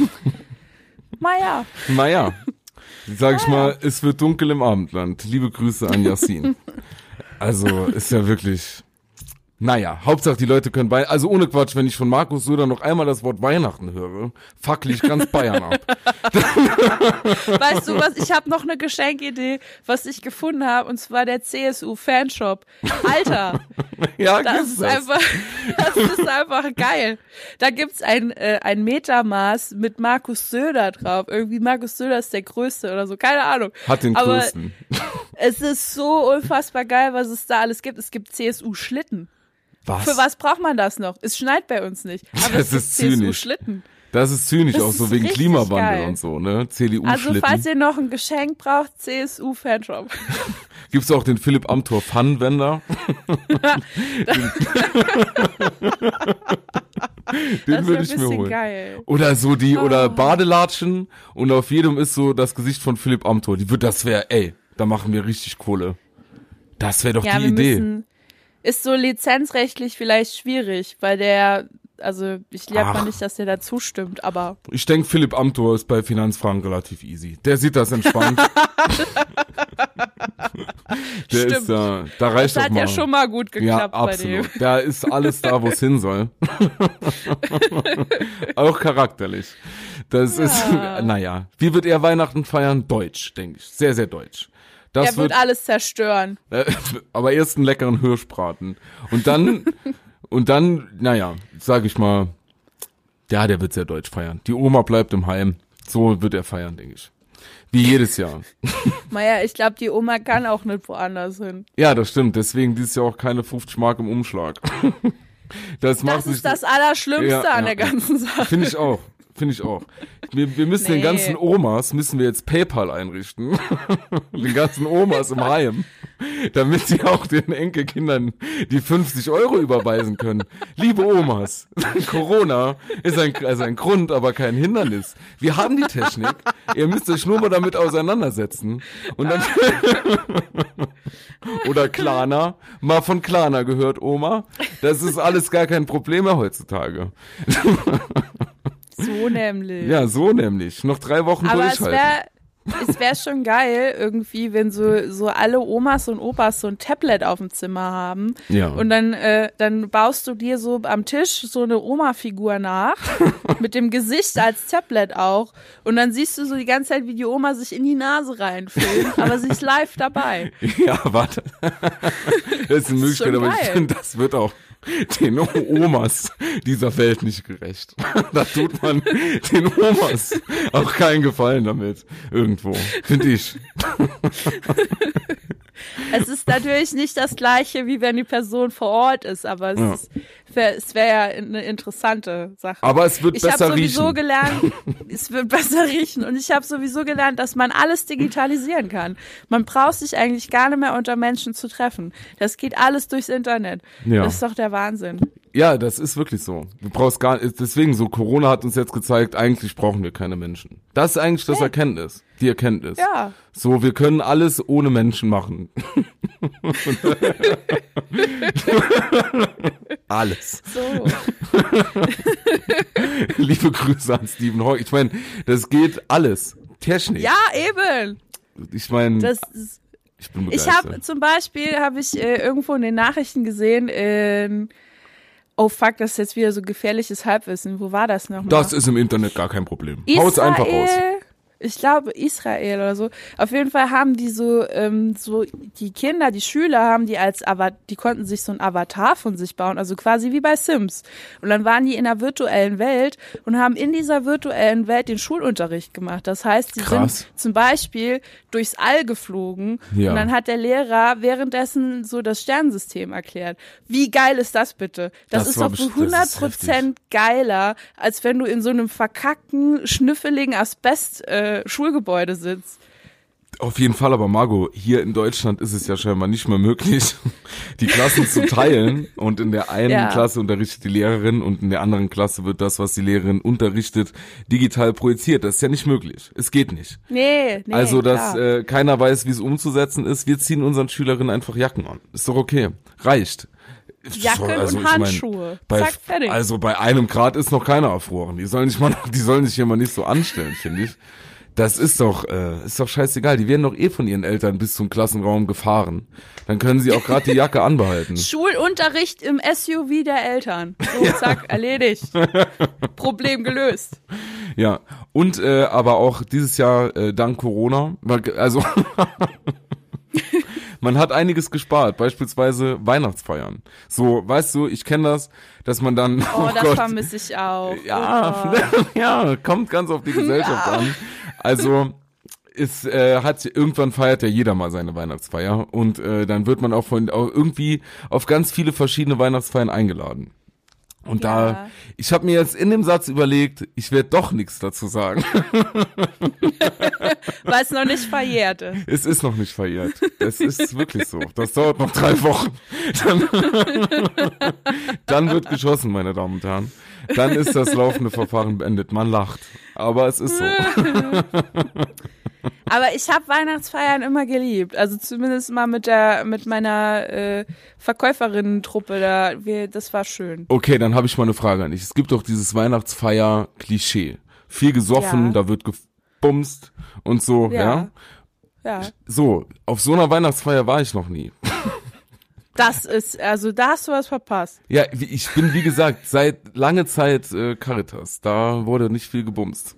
Naja. Naja, sag ich mal, es wird dunkel im Abendland. Liebe Grüße an Yassin. Also, ist ja wirklich, naja, Hauptsache die Leute können bei, also ohne Quatsch, wenn ich von Markus Söder noch einmal das Wort Weihnachten höre, fackel ich ganz Bayern ab. Weißt du was, ich habe noch eine Geschenkidee, was ich gefunden habe, und zwar der C S U-Fanshop. Alter, Ja, das gibt's ist das? einfach, das ist einfach geil. Da gibt's ein, äh, ein Metermaß mit Markus Söder drauf. Irgendwie Markus Söder ist der Größte oder so, keine Ahnung. Hat den Aber größten. es ist so unfassbar geil, was es da alles gibt. Es gibt C S U-Schlitten. Was? Für was braucht man das noch? Es schneit bei uns nicht. Aber Das es ist gibt zynisch. C S U-Schlitten. Das ist zynisch, Das auch so ist wegen richtig Klimawandel geil. und so, ne? C D Also U-Schlitten. falls ihr noch ein Geschenk braucht, C S U-Fanshop. Gibt's auch den Philipp Amthor Pfannenwender? Den Das würde wäre ich ein mir bisschen holen. geil. Oder so die, Oh. oder Badelatschen und auf jedem ist so das Gesicht von Philipp Amthor. Die wird, das wäre, ey, da machen wir richtig Kohle. Das wäre doch Ja, die wir Idee. müssen, ist so lizenzrechtlich vielleicht schwierig, weil der, also ich glaube Ach. mal nicht, dass der da zustimmt, aber Ich denke, Philipp Amthor ist bei Finanzfragen relativ easy. Der sieht das entspannt. Der Stimmt. ist da, da reicht das doch hat mal. ja schon mal gut Ja, geklappt bei absolut. dem. Da ist alles da, wo es hin soll. Auch charakterlich. Das Ja. ist, naja. Wie wird er Weihnachten feiern? Deutsch, denke ich. Sehr, sehr deutsch. Das Er wird alles zerstören. Äh, aber erst einen leckeren Hirschbraten. Und dann, und dann, naja, sag ich mal, ja, der wird sehr deutsch feiern. Die Oma bleibt im Heim. So wird er feiern, denke ich. Wie jedes Jahr. Naja, ich glaube, die Oma kann auch nicht woanders hin. Ja, das stimmt. Deswegen dieses Jahr auch keine fünfzig Mark im Umschlag. Das, macht Das sich, ist das Allerschlimmste Ja, an ja. der ganzen Sache. Finde ich auch. Finde ich auch. Wir, wir müssen Nee. den ganzen Omas, müssen wir jetzt PayPal einrichten. Den ganzen Omas im Heim. Damit sie auch den Enkelkindern die fünfzig Euro überweisen können. Liebe Omas, Corona ist ein, also ein Grund, aber kein Hindernis. Wir haben die Technik. Ihr müsst euch nur mal damit auseinandersetzen. Und dann, oder Klarna. Mal von Klarna gehört, Oma. Das ist alles gar kein Problem mehr heutzutage. So nämlich. Ja, so nämlich. Noch drei Wochen Aber es durchhalten. wäre es wäre schon geil, irgendwie, wenn so, so alle Omas und Opas so ein Tablet auf dem Zimmer haben. Ja. Und dann, äh, dann baust du dir so am Tisch so eine Oma-Figur nach, mit dem Gesicht als Tablet auch. Und dann siehst du so die ganze Zeit, wie die Oma sich in die Nase reinfilmt, aber sie ist live dabei. Ja, warte. Das ist eine ist Möglichkeit, schon aber ich geil. finde, das wird auch den Omas dieser Welt nicht gerecht. Da tut man den Omas auch keinen Gefallen damit. Irgendwo. Finde ich. Es ist natürlich nicht das Gleiche, wie wenn die Person vor Ort ist, aber es, Ja. ist- wär, es wäre ja eine interessante Sache. Aber es wird ich habe besser sowieso riechen. gelernt, es wird besser riechen und ich habe sowieso gelernt, dass man alles digitalisieren kann. Man braucht sich eigentlich gar nicht mehr unter Menschen zu treffen. Das geht alles durchs Internet. Ja. Das ist doch der Wahnsinn. Ja, das ist wirklich so. Du brauchst gar deswegen so, Corona hat uns jetzt gezeigt, eigentlich brauchen wir keine Menschen. Das ist eigentlich das Nee. Erkenntnis. Die Erkenntnis. Ja. So, wir können alles ohne Menschen machen. Alles. So. Liebe Grüße an Stephen Hawking. Ich meine, das geht alles. Technik. Ja, eben. Ich meine, Das ist, ich bin ich begeistert. habe zum Beispiel, habe ich äh, irgendwo in den Nachrichten gesehen, in, oh fuck, das ist jetzt wieder so gefährliches Halbwissen. Wo war das nochmal? Das ist im Internet gar kein Problem. Haut's einfach raus. Ich glaube Israel oder so. Auf jeden Fall haben die so, ähm, so die Kinder, die Schüler haben die als Avatar, die konnten sich so ein Avatar von sich bauen, also quasi wie bei Sims. Und dann waren die in einer virtuellen Welt und haben in dieser virtuellen Welt den Schulunterricht gemacht. Das heißt, die Krass. sind zum Beispiel durchs All geflogen Ja. und dann hat der Lehrer währenddessen so das Sternensystem erklärt. Wie geil ist das bitte? Das, Das ist war doch so best- das ist hundert Prozent geiler, als wenn du in so einem verkackten, schnüffeligen Asbest äh, Schulgebäude sitzt. Auf jeden Fall, aber Margot, hier in Deutschland ist es ja scheinbar nicht mehr möglich, die Klassen zu teilen und in der einen Ja. Klasse unterrichtet die Lehrerin und in der anderen Klasse wird das, was die Lehrerin unterrichtet, digital projiziert. Das ist ja nicht möglich. Es geht nicht. Nee, nee. also, dass klar. äh, keiner weiß, wie es umzusetzen ist. Wir ziehen unseren Schülerinnen einfach Jacken an. Ist doch okay. Reicht. Jacken Also, und ich mein, Handschuhe. bei, Zack, fertig. Also bei einem Grad ist noch keiner erfroren. Die sollen nicht mal, die sollen sich hier mal nicht so anstellen, finde ich. Das ist doch, äh, ist doch scheißegal. Die werden doch eh von ihren Eltern bis zum Klassenraum gefahren. Dann können sie auch gerade die Jacke anbehalten. Schulunterricht im S U V der Eltern. So, zack, erledigt. Problem gelöst. Ja. Und äh, aber auch dieses Jahr äh, dank Corona, also man hat einiges gespart, beispielsweise Weihnachtsfeiern. So, weißt du, ich kenne das, dass man dann, Oh, oh das Gott, vermisse ich auch. ja, Oh. ja, kommt ganz auf die Gesellschaft an. Also es äh, hat irgendwann feiert ja jeder mal seine Weihnachtsfeier und äh, dann wird man auch von auch irgendwie auf ganz viele verschiedene Weihnachtsfeiern eingeladen. Und Ja. da, ich habe mir jetzt in dem Satz überlegt, ich werde doch nichts dazu sagen. Weil es noch nicht verjährt ist. Es ist noch nicht verjährt. Es ist wirklich so. Das dauert noch drei Wochen. Dann, dann wird geschossen, meine Damen und Herren. Dann ist das laufende Verfahren beendet. Man lacht. Aber es ist so. Aber ich habe Weihnachtsfeiern immer geliebt. Also zumindest mal mit der mit meiner äh, Verkäuferinnen-Truppe. Da, wir, das war schön. Okay, dann habe ich mal eine Frage an dich. Es gibt doch dieses Weihnachtsfeier-Klischee. Viel gesoffen, Ja. da wird gebumst und so, ja. Ja. So, auf so einer Weihnachtsfeier war ich noch nie. Das ist, also da hast du was verpasst. Ja, wie- ich bin, wie gesagt, seit lange Zeit äh, Caritas. Da wurde nicht viel gebumst.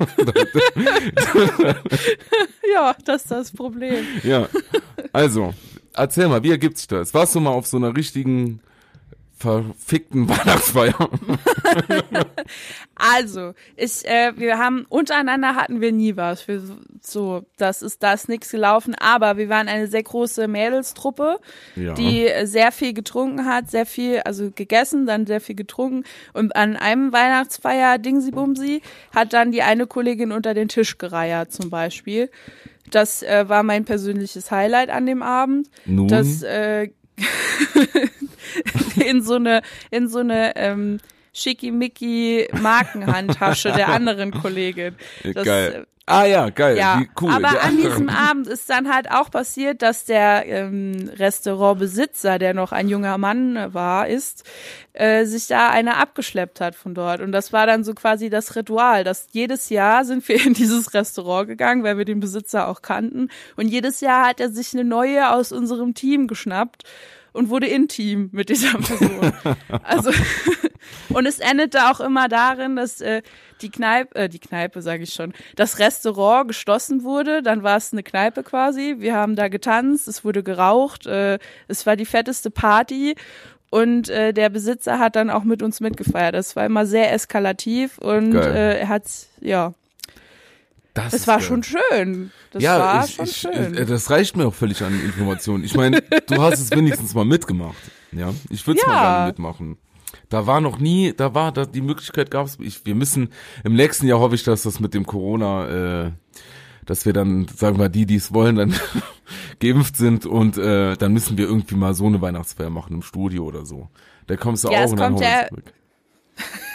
Ja, das ist das Problem. Ja, also, erzähl mal, wie ergibt sich das? Warst du mal auf so einer richtigen verfickten Weihnachtsfeier? Also, ich, äh, wir haben, untereinander hatten wir nie was. Wir, so, das ist, da ist nichts gelaufen, aber wir waren eine sehr große Mädelstruppe, Ja. die äh, sehr viel getrunken hat, sehr viel, also gegessen, dann sehr viel getrunken. Und an einem Weihnachtsfeier, Dingsi Bumsi, hat dann die eine Kollegin unter den Tisch gereiert, zum Beispiel. Das äh, war mein persönliches Highlight an dem Abend. Nun? Das, äh, in so eine, in so eine, ähm, schickimicki Markenhandtasche der anderen Kollegin. Das, Geil. Ah ja, geil. ja, Wie cool. aber Die an anderen- diesem Abend ist dann halt auch passiert, dass der ähm, Restaurantbesitzer, der noch ein junger Mann war, ist, äh, sich da einer abgeschleppt hat von dort. Und das war dann so quasi das Ritual, dass jedes Jahr sind wir in dieses Restaurant gegangen, weil wir den Besitzer auch kannten. Und jedes Jahr hat er sich eine neue aus unserem Team geschnappt und wurde intim mit dieser Person. Also und es endete auch immer darin, dass äh, die Kneipe, äh, die Kneipe sage ich schon, das Restaurant geschlossen wurde. Dann war es eine Kneipe quasi. Wir haben da getanzt, es wurde geraucht, äh, es war die fetteste Party. Und äh, der Besitzer hat dann auch mit uns mitgefeiert. Das war immer sehr eskalativ und Geil. äh, er hat, ja, Das es ist war geil. schon schön. Das ja, war ich, schon ich, schön. äh, das reicht mir auch völlig an Informationen. Ich meine, du hast es wenigstens mal mitgemacht. Ja, ich würde es Ja. mal gerne mitmachen. Da war noch nie, da war, da die Möglichkeit gab es. Wir müssen im nächsten Jahr hoffe ich, dass das mit dem Corona, äh, dass wir dann, sagen wir, die, die es wollen, dann geimpft sind und äh, dann müssen wir irgendwie mal so eine Weihnachtsfeier machen im Studio oder so. Da kommst du Ja, auch es und dann kommt hauen wir ja- zurück.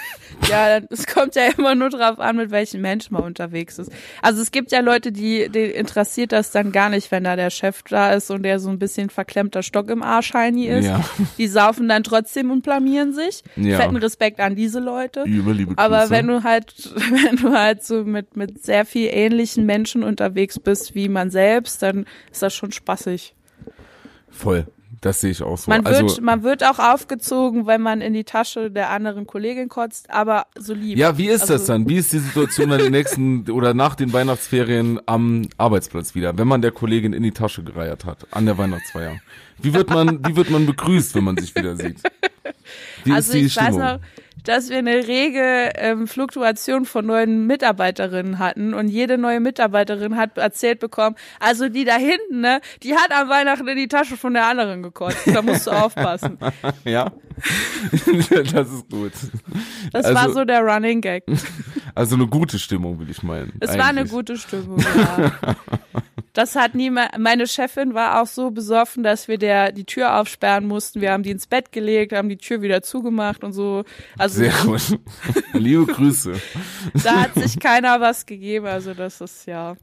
Ja, es kommt ja immer nur drauf an, mit welchen Menschen man unterwegs ist. Also es gibt ja Leute, die, die interessiert das dann gar nicht, wenn da der Chef da ist und der so ein bisschen verklemmter Stock im Arsch Heini ist. Ja. Die saufen dann trotzdem und blamieren sich. Ja. Fetten Respekt an diese Leute. Übel, liebe Grüße. Aber wenn du halt, wenn du halt so mit, mit sehr viel ähnlichen Menschen unterwegs bist wie man selbst, dann ist das schon spaßig. Voll. Das sehe ich auch so. Man wird, also, man wird auch aufgezogen, wenn man in die Tasche der anderen Kollegin kotzt, aber so lieb. ja, wie ist also, das dann? Wie ist die Situation an den nächsten oder nach den Weihnachtsferien am Arbeitsplatz wieder, wenn man der Kollegin in die Tasche gereiert hat, an der Weihnachtsfeier? Wie wird man, wie wird man begrüßt, wenn man sich wieder sieht? Wie also ist die ich Stimmung? weiß noch, dass wir eine rege ähm, Fluktuation von neuen Mitarbeiterinnen hatten und jede neue Mitarbeiterin hat erzählt bekommen, also die da hinten, ne, die hat am Weihnachten in die Tasche von der anderen gekotzt. Da musst du aufpassen. Ja, das ist gut. Das also, war so der Running Gag. Also eine gute Stimmung, will ich meinen. Es eigentlich. war eine gute Stimmung, ja. Das hat niemand, meine Chefin war auch so besoffen, dass wir der die Tür aufsperren mussten. Wir haben die ins Bett gelegt, haben die Tür wieder zugemacht und so. Also sehr gut. Liebe Grüße. Da hat sich keiner was gegeben, also das ist ja.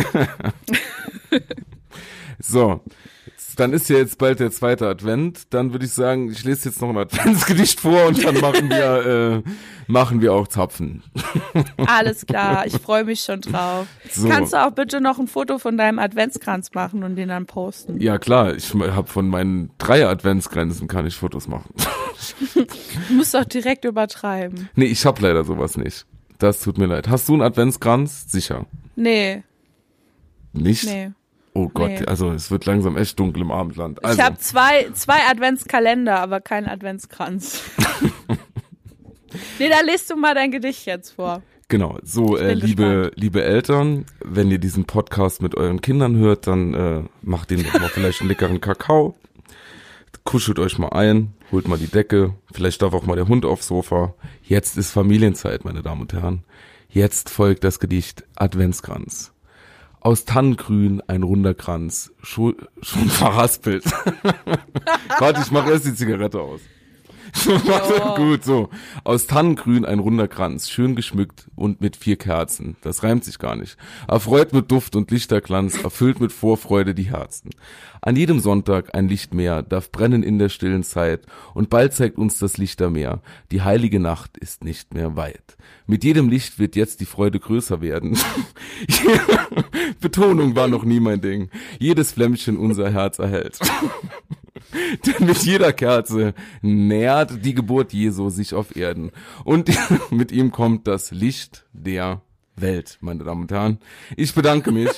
So, dann ist ja jetzt bald der zweite Advent. Dann würde ich sagen, ich lese jetzt noch ein Adventsgedicht vor und dann machen wir äh, machen wir auch Zapfen. Alles klar, ich freue mich schon drauf. So. Kannst du auch bitte noch ein Foto von deinem Adventskranz machen und den dann posten? Ja klar, ich habe von meinen drei Adventsgrenzen kann ich Fotos machen. Du musst doch direkt übertreiben. Nee, ich habe leider sowas nicht. Das tut mir leid. Hast du einen Adventskranz? Sicher. Nee. Nicht? Nee. Oh Gott, Nee. also es wird langsam echt dunkel im Abendland. Also, Ich habe zwei, zwei Adventskalender, aber keinen Adventskranz. Nee, da liest du mal dein Gedicht jetzt vor. genau, so äh, bin liebe gespannt. liebe Eltern, wenn ihr diesen Podcast mit euren Kindern hört, dann äh, macht denen doch mal vielleicht einen leckeren Kakao, kuschelt euch mal ein, holt mal die Decke, vielleicht darf auch mal der Hund aufs Sofa. Jetzt ist Familienzeit, meine Damen und Herren. Jetzt folgt das Gedicht Adventskranz. Aus Tannengrün ein runder Kranz, schon, schon verhaspelt. Warte, ich mache erst die Zigarette aus. Warte, gut, so. Aus Tannengrün ein runder Kranz, schön geschmückt und mit vier Kerzen. Das reimt sich gar nicht. Erfreut mit Duft und Lichterglanz, erfüllt mit Vorfreude die Herzen. An jedem Sonntag ein Lichtmeer darf brennen in der stillen Zeit und bald zeigt uns das Lichtermeer. Die heilige Nacht ist nicht mehr weit. Mit jedem Licht wird jetzt die Freude größer werden. Betonung war noch nie mein Ding. Jedes Flämmchen unser Herz erhält. Denn mit jeder Kerze nährt die Geburt Jesu sich auf Erden. Und mit ihm kommt das Licht der Welt, meine Damen und Herren. Ich bedanke mich.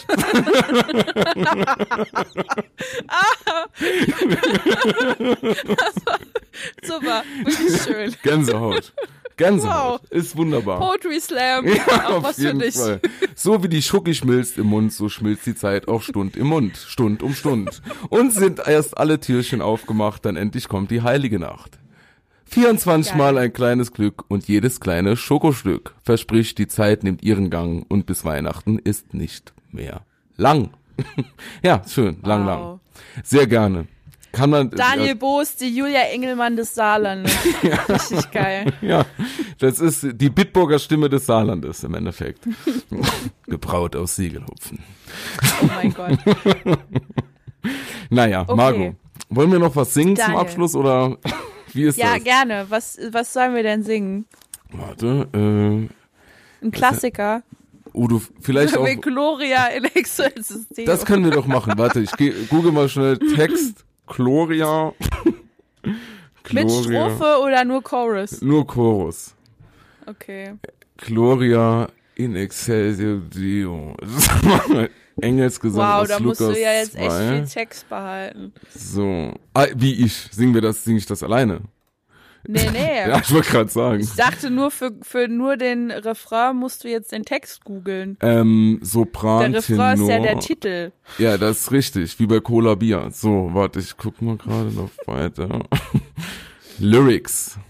Super, wirklich schön. Gänsehaut. Gänsehaut. Wow. Ist wunderbar. Poetry Slam, Ja, auch auf was für jeden dich. Fall. So wie die Schoki schmilzt im Mund, so schmilzt die Zeit auch Stund im Mund, Stund um Stund. Und sind erst alle Türchen aufgemacht, dann endlich kommt die heilige Nacht. vierundzwanzig Geil. Mal ein kleines Glück und jedes kleine Schokostück verspricht, die Zeit nimmt ihren Gang und bis Weihnachten ist nicht mehr lang. Ja, schön, lang, Wow. lang. Sehr gerne. Kann man, Daniel Boos, die Julia Engelmann des Saarlandes. Richtig geil. Ja, das ist die Bitburger Stimme des Saarlandes im Endeffekt. Gebraut aus Siegelhupfen. Oh mein Gott. Naja, Okay. Margot, wollen wir noch was singen zum Daniel. Abschluss oder wie ist Ja, das? gerne. Was, was sollen wir denn singen? Warte, äh, Ein Klassiker. Udo, vielleicht auch, Mit Gloria in Excelsis Deo. das können wir doch machen. Warte, ich geh, google mal schnell Text, Gloria. Mit Strophe oder nur Chorus? Nur Chorus. Okay. Gloria in Excelsior Deo. Engelsgesang Wow, aus da musst Lukas du ja jetzt echt zwei. viel Text behalten. So. Ah, wie ich. Singen wir das, singe ich das alleine? Nee, nee. Ja, ich wollte gerade sagen. Ich dachte nur, für, für nur den Refrain musst du jetzt den Text googeln. Ähm, Sopran, Der Refrain ist ja Tenor. der Titel. Ja, das ist richtig, wie bei Cola Bier. So, warte, ich guck mal gerade noch weiter. Lyrics.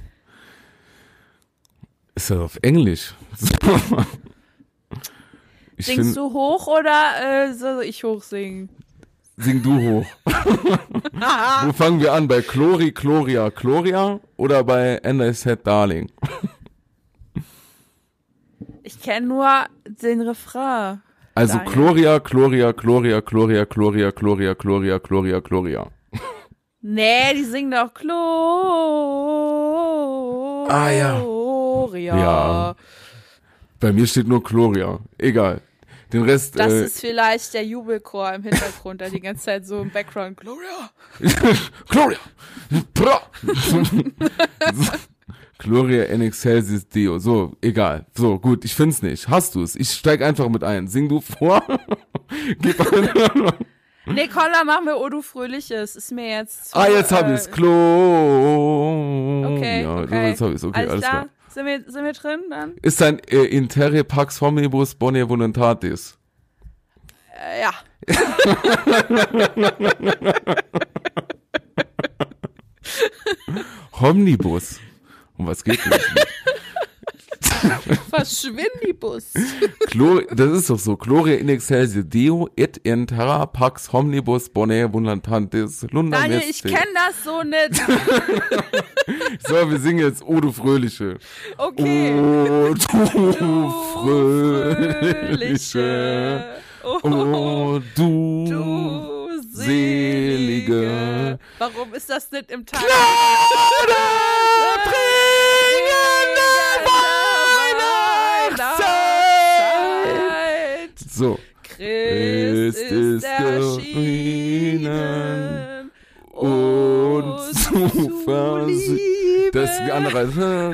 Ist das auf Englisch? Ich Singst find, du hoch oder äh, soll ich hoch singen? Sing du hoch. Wo fangen wir an? Bei Chlori, Chloria, Chloria oder bei And I Said Darling? Ich kenne nur den Refrain. Also Daniel. Gloria, Gloria, Gloria, Gloria, Gloria, Gloria, Gloria, Gloria, Gloria. Nee, die singen doch Gloria. Ah, ja. Ja. Bei mir steht nur Gloria. Egal. Den Rest. Das äh, ist vielleicht der Jubelchor im Hintergrund, der die ganze Zeit so im Background. Gloria. Gloria. Bra. Gloria in excelsis Deo. So, egal. So, gut, ich find's nicht. Hast du's? Ich steig einfach mit ein. Sing du vor. Gib ein. Nee, komm, dann machen wir O du Fröhliches. Ist mir jetzt zu, Ah, jetzt hab äh, ich's. Klo. Okay, Ja, okay. So, jetzt hab ich's. Okay, alles, alles klar. klar. Sind wir, sind wir drin dann? Ist ein äh, Intere Pax Homnibus Bone Voluntatis. Äh, ja. Homnibus. Um was geht denn? Verschwindibus. Glor- das ist doch so. Gloria in excelsis Deo et in terra pax homnibus bone voluntatis lunda Daniel, meste. ich kenne das so nicht. So, wir singen jetzt O du Fröhliche. Okay. O du Du Fröhliche. Oh, O du, du Selige. Selige. Warum ist das nicht im Tag? Weihnachtszeit. So. Christ ist erschienen, Und zu versiegen. Das andere.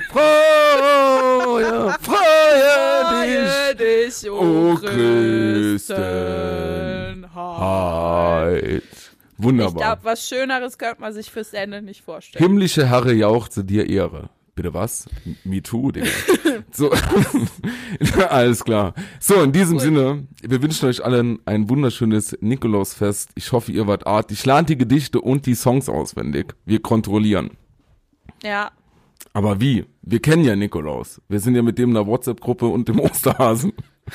Freue, freue dich, dich, o o Christenheit. Christenheit. Ich Wunderbar. glaube, was Schöneres könnte man sich fürs Ende nicht vorstellen. Himmlische Herre jauchze dir Ehre. Bitte was? Me too, Digga. So, alles klar. So, in diesem Cool. Sinne, wir wünschen euch allen ein wunderschönes Nikolausfest. Ich hoffe, ihr wart artig. Lernt die Gedichte und die Songs auswendig. Wir kontrollieren. Ja. Aber wie? Wir kennen ja Nikolaus. Wir sind ja mit dem in der WhatsApp-Gruppe und dem Osterhasen.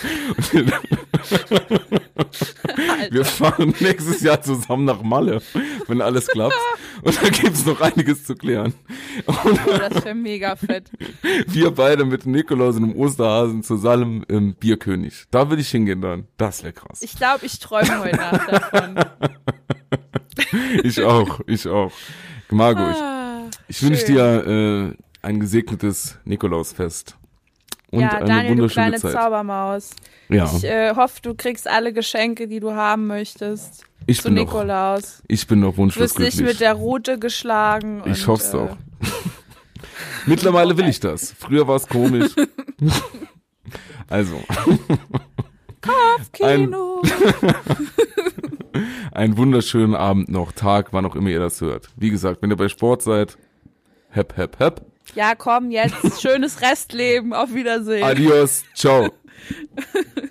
Wir fahren nächstes Jahr zusammen nach Malle, wenn alles klappt. Und da gibt's noch einiges zu klären. Und Oh, das wäre mega fett. wir beide mit dem Nikolaus und dem Osterhasen zusammen im Bierkönig. Da würde ich hingehen dann. Das wäre krass. Ich glaube, ich träume heute Nacht davon. Ich auch, ich auch. Margot, ich, Ah, ich wünsche schön. dir äh, ein gesegnetes Nikolausfest. Und ja, eine Daniel, du wunderschöne kleine Zeit. Zaubermaus. Ja, Ich äh, hoffe, du kriegst alle Geschenke, die du haben möchtest. ich zu bin noch, Nikolaus. ich bin noch Du wunschlos wirst nicht glücklich. mit der Rute geschlagen. Ich und, hoffe es äh, auch. Mittlerweile will ich das. Früher war es komisch. Also, Kino. einen wunderschönen Abend noch, Tag, wann auch immer ihr das hört. Wie gesagt, wenn ihr bei Sport seid, hep, hep, hep. Ja, komm, jetzt schönes Restleben. Auf Wiedersehen. Adios, ciao.